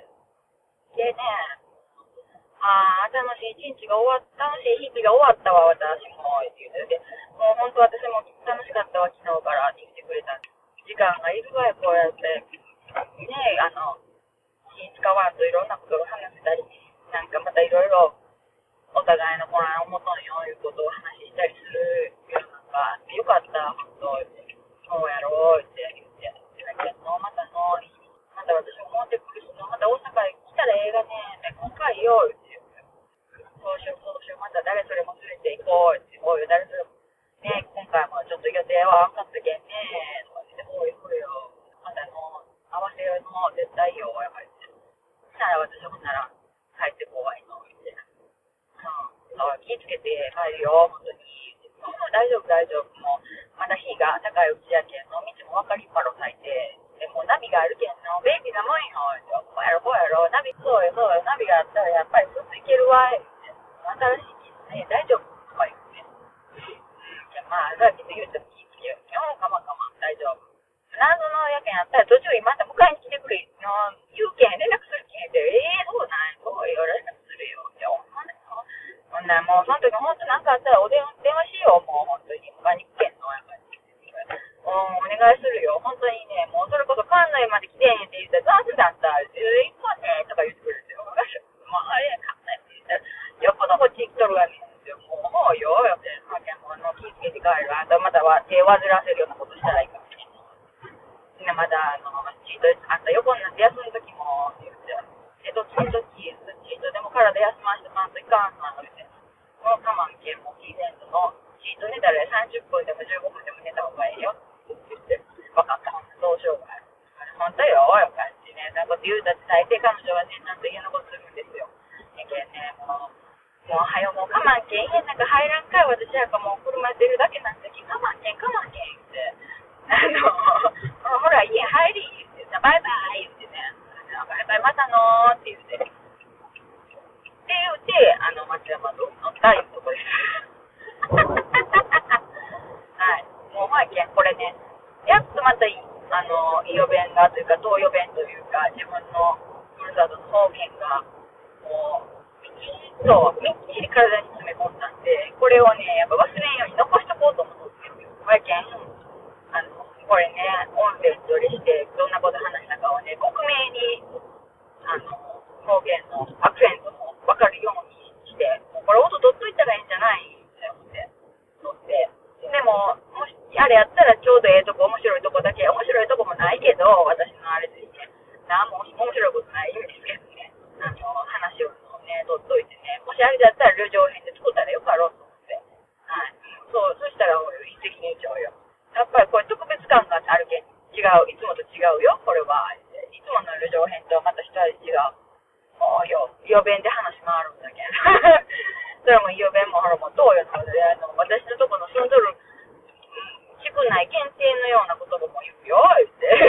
でね、楽しい一日が終わった、楽しい日々が終わったわ、私も、って言うて、もう本当私も楽しかったわ、昨日からって言ってくれた時間がいるわよ、こうやって。ね気使わんといろんなことを話せたり、なんかまたいろいろ、お互いのこの思とんよういうことを話したりするようなのがよかった、本当、そうやろうって言って、だけど、またまた私も思ってくるし、また大阪へ来たら映画ね、今回よ、って言って、そうしよう、そうしよう、また誰それも連れて行こう、って、おい、誰それも、ね、今回もちょっと予定は合わんかったけんね、とか言って、おい、これよ、また合わせようの、絶対よ、やっぱり。そしたら私、ほんなら、帰ってこわいの、みたいな。気ぃつけて帰るよ、本当に。もう大丈夫、大丈夫。もう、まだ日が高いうちやけんの、道も分かりっぱろ咲いて、でもナビがあるけんの、便利なもんよ。こうやろ、こうやろ、ナビ、そそうよ、そうよ。ナビがあったらやっぱりそっち行けるわ。新しい機ね、大丈夫とか言って。いや、まあ、さっきと言うと気ぃつけよう。基本かまかま、大丈夫。謎のやけんやったら途中今また迎えに来てくれの言うけん連絡するけんで、そうなんそうよ、連絡するよ。いや、ほんならもうその時本当なんかあったら電話しよう、もう本当に。迎えに来てんのやっぱり。お願いするよ。本当にね、もうそれこそ館内まで来てんって言ったら、どうすんだったら、行こうねとか言ってくるんですよ。もう館内って言ったら、よっぽどこっち来とるわけですよ。もうよ、よって、もう気ぃつけて帰る。あんたまたは手を煩わせるようなことしたらいいかもしれない。みんなまだ、チート、あんた横になって休む時も、って言って、チートでも体休ましてまんといかんのって、もう我慢けん、もうキーゼントの、チート寝たら30分でも15分でも寝た方がいいよって言って、分かった、どうしようか。本当よ、よ感じね。なんかこと言うたって大抵彼女はね、ちゃんと家のことするんですよ。やけんね、もうはよ、もう我慢けん、家の中入らんかい、私なんかもう車出るだけなんだけど、我慢けん、言って、ほら、家入り、言って、バイバイ、言ってね、バイバイ、またのーって言って、って言って、松山と乗ったいうとこです。はい、もう、まあ、これね、やっとまた、伊予弁がというか、東予弁というか、自分のふるさとの方言が、もう、みっちり体に詰め込んだんで、これをね、やっぱ忘れんように残しとこうと思ってるんですよ。やけん、これね、音声取りして、どんなこと話したかをね、克明に、方言のアクセントも分かるようにして、これ音取っといたらいいんじゃないって思って。でも、もし、あれやったらちょうどええとこ、面白いとこだけ、面白いとこもないけど、私のあれですね、なんも面白いことない意味ですけどね、話をね、取っといてね、もしあれだったら旅情編で作ったらよかろうと思って。はい。そしたら、一石二鳥よ。やっぱりこれ特別感があるけん、違う、いつもと違うよ、これは。いつもの旅情編とはまた一味違う。もうよ、伊予弁で話回るんだけん。それも伊予弁もほらもう東予ので、私のとこの住んどる、地区内限定のような言葉も言うよ、言って。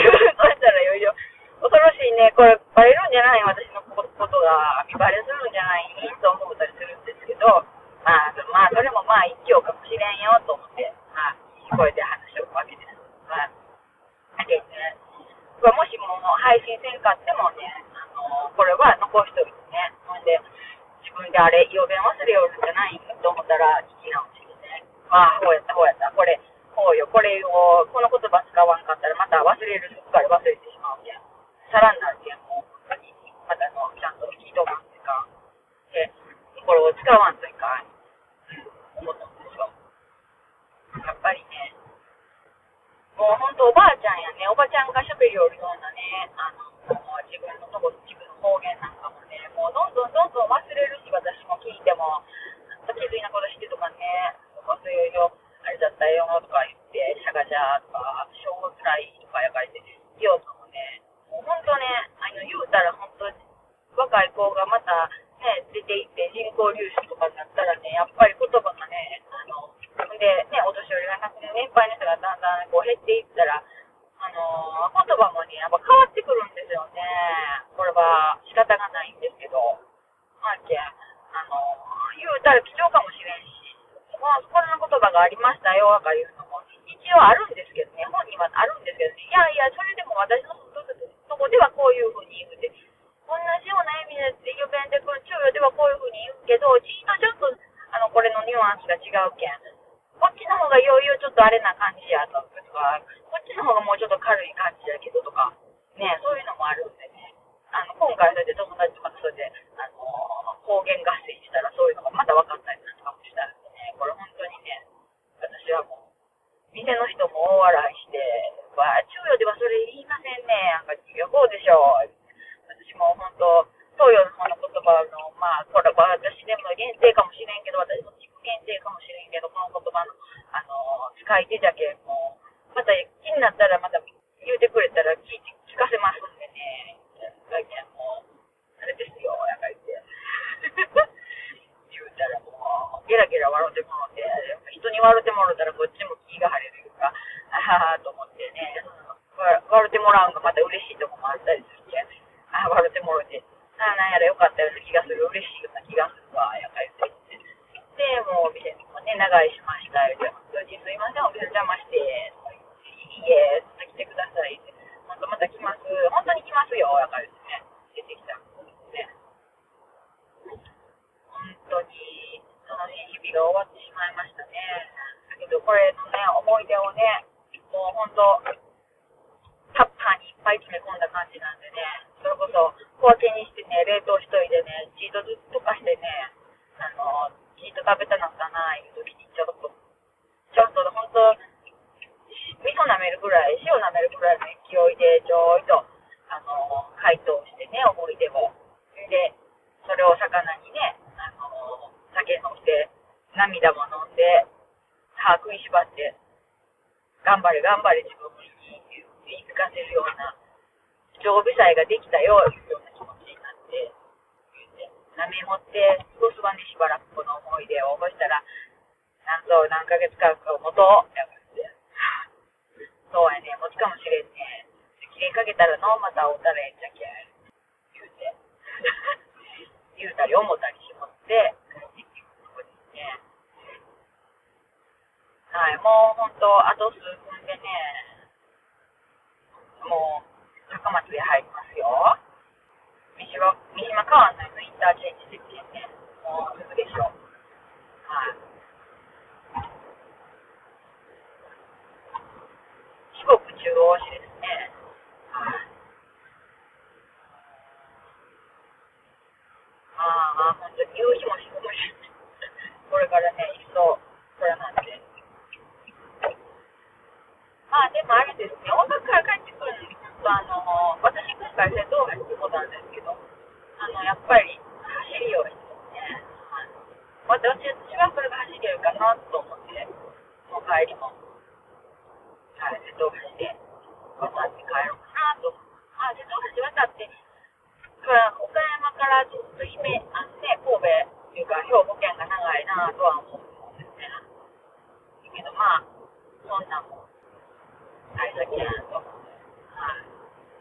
そしたらいよいよ、恐ろしいね、これバレるんじゃない私のことが、見バレするんじゃないと思ったりするんですけど、まあ、それもまあ一興かもしれんよと思って、まあ、聞こえて話をわけです。まあ、だけどね、これもしも配信せんかってもね、これは残しといてね、ほんで、自分であれ、予弁忘れよるんじゃないと思ったら、聞き直してね、ああ、こうやった、これ、こうよ、これを、この言葉使わんかったらまた忘れる、すっかり忘れてしまうけん。さらになるけん、もう、またちゃんと聞いとかんといかん。で、これを使わんといかん。思ったんですよ。やっぱりね、もう本当おばあちゃんやね、おばちゃんが喋りよるようなね、自分の方言なんかもね、もうどんどん忘れるし、私も聞いても、気づいなことしてとかね、そういうよ、あれだったよとか言って、シャガシャとか、正月来とかやかれて、言おうともね、もう本当ね、言うたら本当、若い子がまたね、出ていって人口流出とかになったらね、やっぱり言葉がね、でね、お年寄りがなくて、年配の人がだんだんこう減っていったら、言葉もね、やっぱ変わってくるんですよね。これは仕方がないんですけど、まあ、言うたら貴重かもしれんし、まあ、こんな言葉がありましたよ、とかいうのも、一応あるんですけどね、本にはあるんですけどね、いやいや、それでも私のとこではこういうふうに言うて、同じような意味で予弁で、中予ではこういうふうに言うけど、ちょっと、これのニュアンスが違うけん。こっちの方が余裕ちょっとあれな感じやとか、こっちの方がもうちょっと軽い感じやけどとか、ね、そういうのもあるんでね。今回それで友達とかとそれで、方言合戦したらそういうのがまた分かったりなんとかもしたらね、これ本当にね、私はもう、店の人も大笑いして、中予ではそれ言いませんね、なんか、こうでしょう。私も本当、東洋の方の言葉の、まあ、これは私でも限定かもしれんけど、私も地区限定かもしれんけど、この言葉の、使い手じゃけん、もう、また気になったらまた言うてくれたら聞かせますんでね。だけんもう、あれですよ、やかりて。言うたらもう、ゲラゲラ笑うてもろて、人に笑うてもろたらこっちも気が晴れるいうか、あははと思ってね、笑うてもらうのがまた嬉しいとこもあったりするけん、笑うてもろて、 なんやら良かったような気がする、嬉しいような気がするわ、やか言って。で、もうお店にもね、長居しました。言うて、本当にすいません、お店邪魔して、いいえ、来てくださいって。本当また来ます。本当に来ますよ、やか言ってね、出てきた。ね、本当に楽しい日々が終わってしまいましたね。だけど、これのね、思い出をね、もう本当、タッパーにいっぱい詰め込んだ感じなんでね、それこそ小分けにしてね、冷凍しといてね、チートずっとかしてね、チート食べたのかな、いう時にちょっと本当、味噌舐めるぐらい、塩舐めるぐらいの勢いで、ちょいと、解凍してね、思い出を。で、それを魚にね、酒飲んで、涙も飲んで、歯食いしばって、頑張れ頑張れ自分に言い聞かせるような常備菜ができたよいうような気持ちになって言ってなめもって過ごすわね、しばらくこの思い出を覚えたら何ヶ月かもとやってそうやね、持ちかもしれんね、きれいかけたらのまたおたらえんじゃけ言うて言うたり思ったりしもってここですね。はい、もう本当あと数分でね、もう高松で入りますよ。三島川のインターチェンジですね。もうすぐでしょう。はい。四国中央市ですね。はい。本当に夕日も沈むし、これからね、一層、これなんで。でもあれですね、大阪から帰ってくるのに、私今回瀬戸大橋ってことなんですけど、やっぱり走りようですね。はい。私はこれが走れるかなと思って、もう帰りも、はい、瀬戸大橋で渡って帰ろうかなと思って。瀬戸大橋渡って、岡山からちょっと神戸っていうか兵庫県が長いなとは思うんですね。だけどそんなんも大先やなと思って。はい。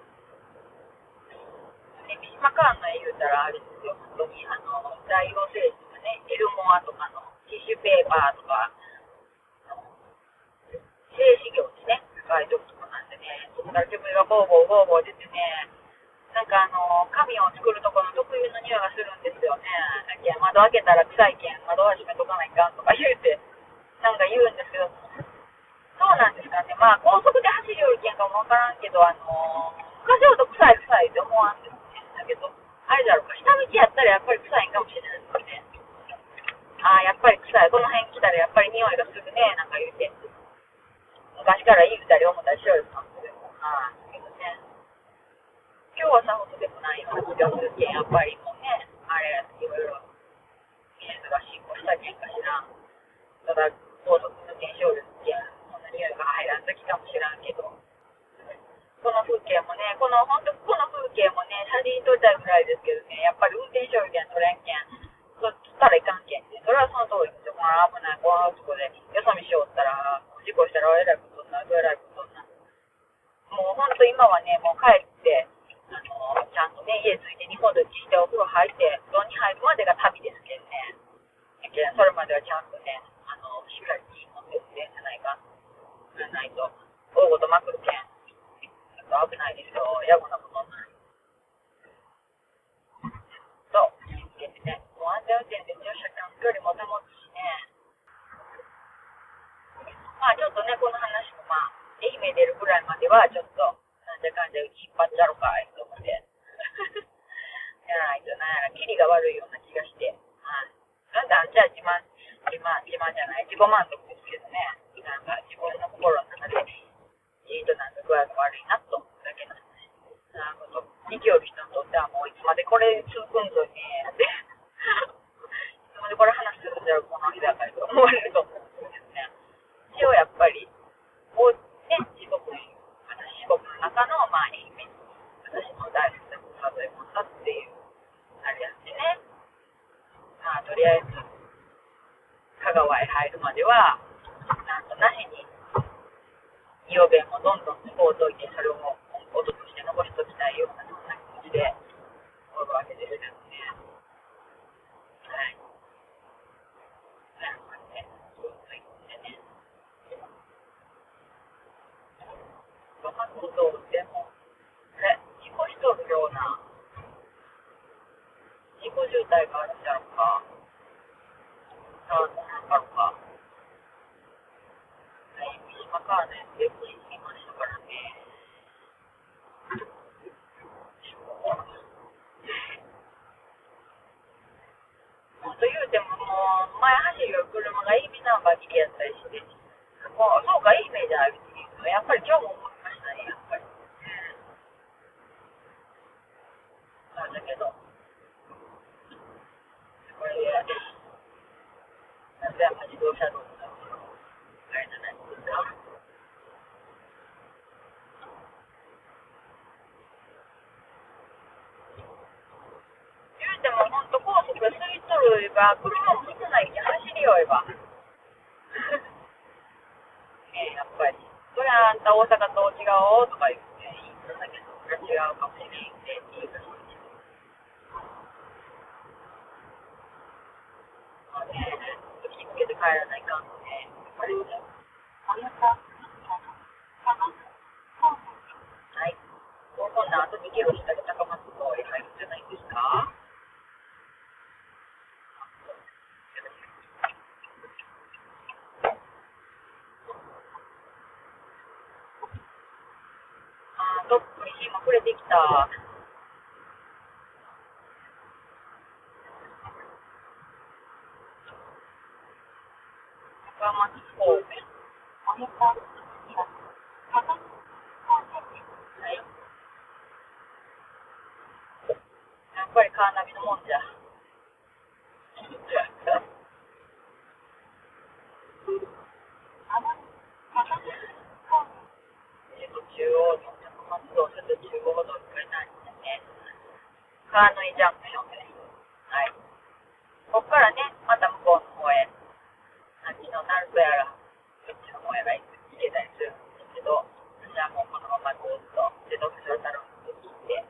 で、三島間の言うたらあれですよ、本当に大王製紙とかね、エルモアとかのティッシュペーパーとか、製紙業ですね、高いとこなんでね、そこから煙がボーボーボーボー出てね、なんか紙を作るところの特有の匂いがするんですよね。だけ窓開けたら臭いけん、窓は閉めとかないかんとか言うて、なんか言うんですけど、そうなんですかね。高速で走り降りけんかもわからんけど、昔ほど臭い臭いって思わんですね。だけど、あれだろうか、下道やったらやっぱり臭いんかもしれないですね。やっぱり臭い。この辺来たらやっぱり匂いがするね、なんか言うて。昔から言うたり思ったりしよるんですけど。けどね。今日はさほどでもないような気がするけん、やっぱりもうね、あれ、いろいろ技術が進歩したけんかしら。ただ、高速運転しよるけん、そんな匂いが入らんときかもしらんけど。この風景もね、本当この風景もね、写真撮りたいぐらいですけどね、やっぱり運転手けん撮れんけん、撮ったらいかんけんね、それはその通りですよ。危ない、このとこでよそ見しよったら、事故したらえらいことになる、えらいことになる。もう本当今はね、もう帰って、ちゃんとね、家着いて2本でしてお風呂入って、布団に入るまでが旅ですけどね。それまではちゃんとね、しっかり気持って運転じゃないか、ないと、大ごとまくるけん。危ないですよ。やぼなことになる。と、気をつけてね。もう安全運転ですよ。車間距離も保つしね。ちょっとね、この話も愛媛出るぐらいまでは、ちょっと、なんじゃかんじゃ引っ張っちゃろかいと思って。やらないとなんやら、キリが悪いような気がして。なんだ、じゃあ自慢じゃない、自己満足ですけどね。なんか自分の心の中で、じーっとなんか具合が悪いなと思うだけなんです。なるほど。生きよる人にとってはもういつまでこれ続くんぞねって。いつまでこれ話するんだろう、この日だからと思われると思うんですね。一応やっぱり、四国の中の、愛媛、私の大好きな数え物だっていう、あれやってね。とりあえず、香川へ入るまでは、なんとなしに、伊予弁もどんどん使うといて、それを音として残しておきたいような、そんな気持ちで、おるわけですよ。 な。事故渋滞があるんだろうか。どうなんだろうか。はい、三島からね、よく行きましたからね。と言うても、もう、前走る車が意味ナンバー切りやったりして、もう、そうか、いいイメージあるっていうのやっぱり今日も思いましたね、やっぱり。だけど、これで、なんで自動車道のあれじゃないですか。言うても、ほんと高速空いとるば、車も少ないけど走りよえば。ね、やっぱり。それはあんた大阪と違うとか言って言ったけど、それは違うかもしれんって言うかもしれん。まあね、気をつけて帰らないかんのね。これで。 およそはい。こんなあと2キロしたら高松通り入るんじゃないですか。トップに日も暮れてきた。高松方面。 およそ1キロ、高松方面です。 はい。やっぱりカーナビのもんじゃ。 まもなく高松方面、 中央の高松道、ちょっと中央道に来れないんですね。カーヌイジャンクションです。はい。ここからね、また向こうの方へ、あっちのナルトやら、こっちの方やら行けたりするんですけど、私はもうこのままずっと、自動車サロンに行って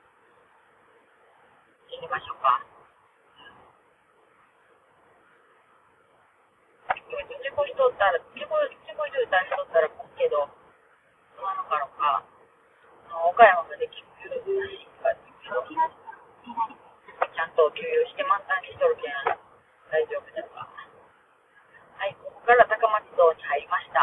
行きましょうか。事故しとったら、事故渋滞しとったら来んけど、どうなのかのか、岡山まで給油しかけど、 5キロ左です。 ちゃんと給油して満タンにしとるけん、大丈夫ですか。はい、ここから高松道に入りました。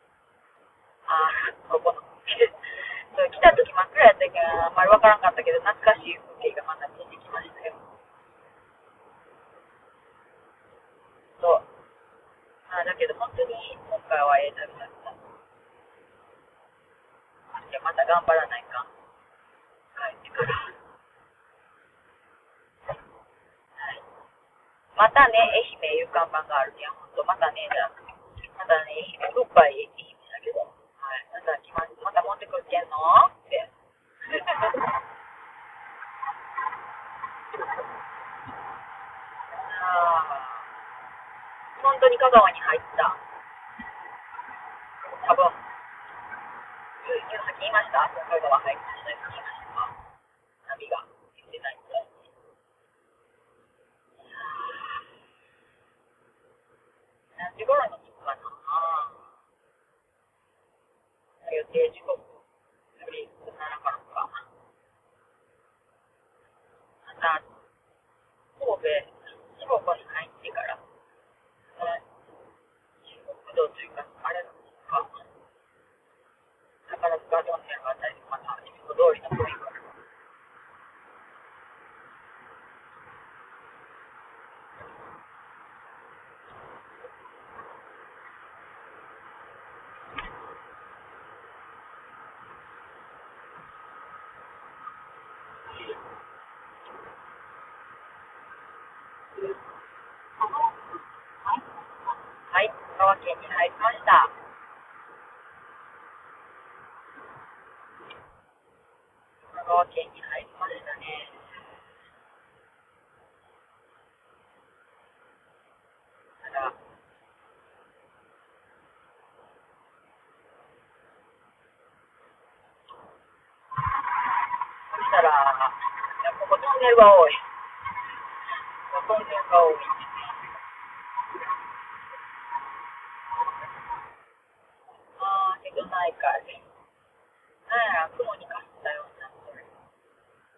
ここの。そう来た時真っ暗やったけん、あんまりわからんかったけど、懐かしい風景がまた見えてきましたよ。そう。だけど本当に今回は旅だった。じゃまた頑張らないかん。帰ってから。はい。またね、愛媛いう看板があるけん、ほんと、またね、じゃまたね、愛媛、グッバイ愛媛だけど、はい、また来ます。また持ってくるけんのって。本当に香川に入った。多分。さっき言いました。香川入りました。言いましたか。ナビが言ってないみたい。何時頃に着くかな。予定時刻より少なかろうか。また、神戸、四国に入ってから、四国道というか、あれなんですか。宝塚トンネルがあったり、また、いつも通りの雰囲気が。はい、香川県に入りました。香川県に入りましたね。ただ、そしたら、ここトンネルが多い。トンネルが多い。瀬戸内海。なんやら雲にかすったようになってる。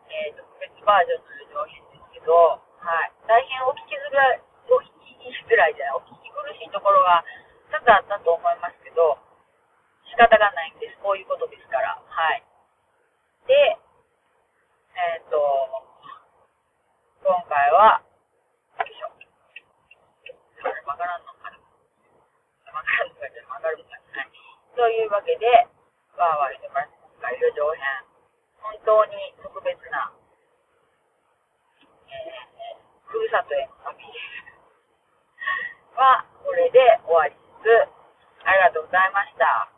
特別バージョンの上編ですけど、はい。大変お聞きづらい、お聞きづらいじゃない、お聞き苦しいところが多々あったと思いますけど、仕方がないんです。こういうことですから。はい。で、今回は、よいしょ。これ曲がらんのかな、曲がらんのかちょっと曲がるのかな、はい。というわけで、わーわー言ってます。今回の上編。本当に特別な、ふるさとへの旅は、これで終わりです。ありがとうございました。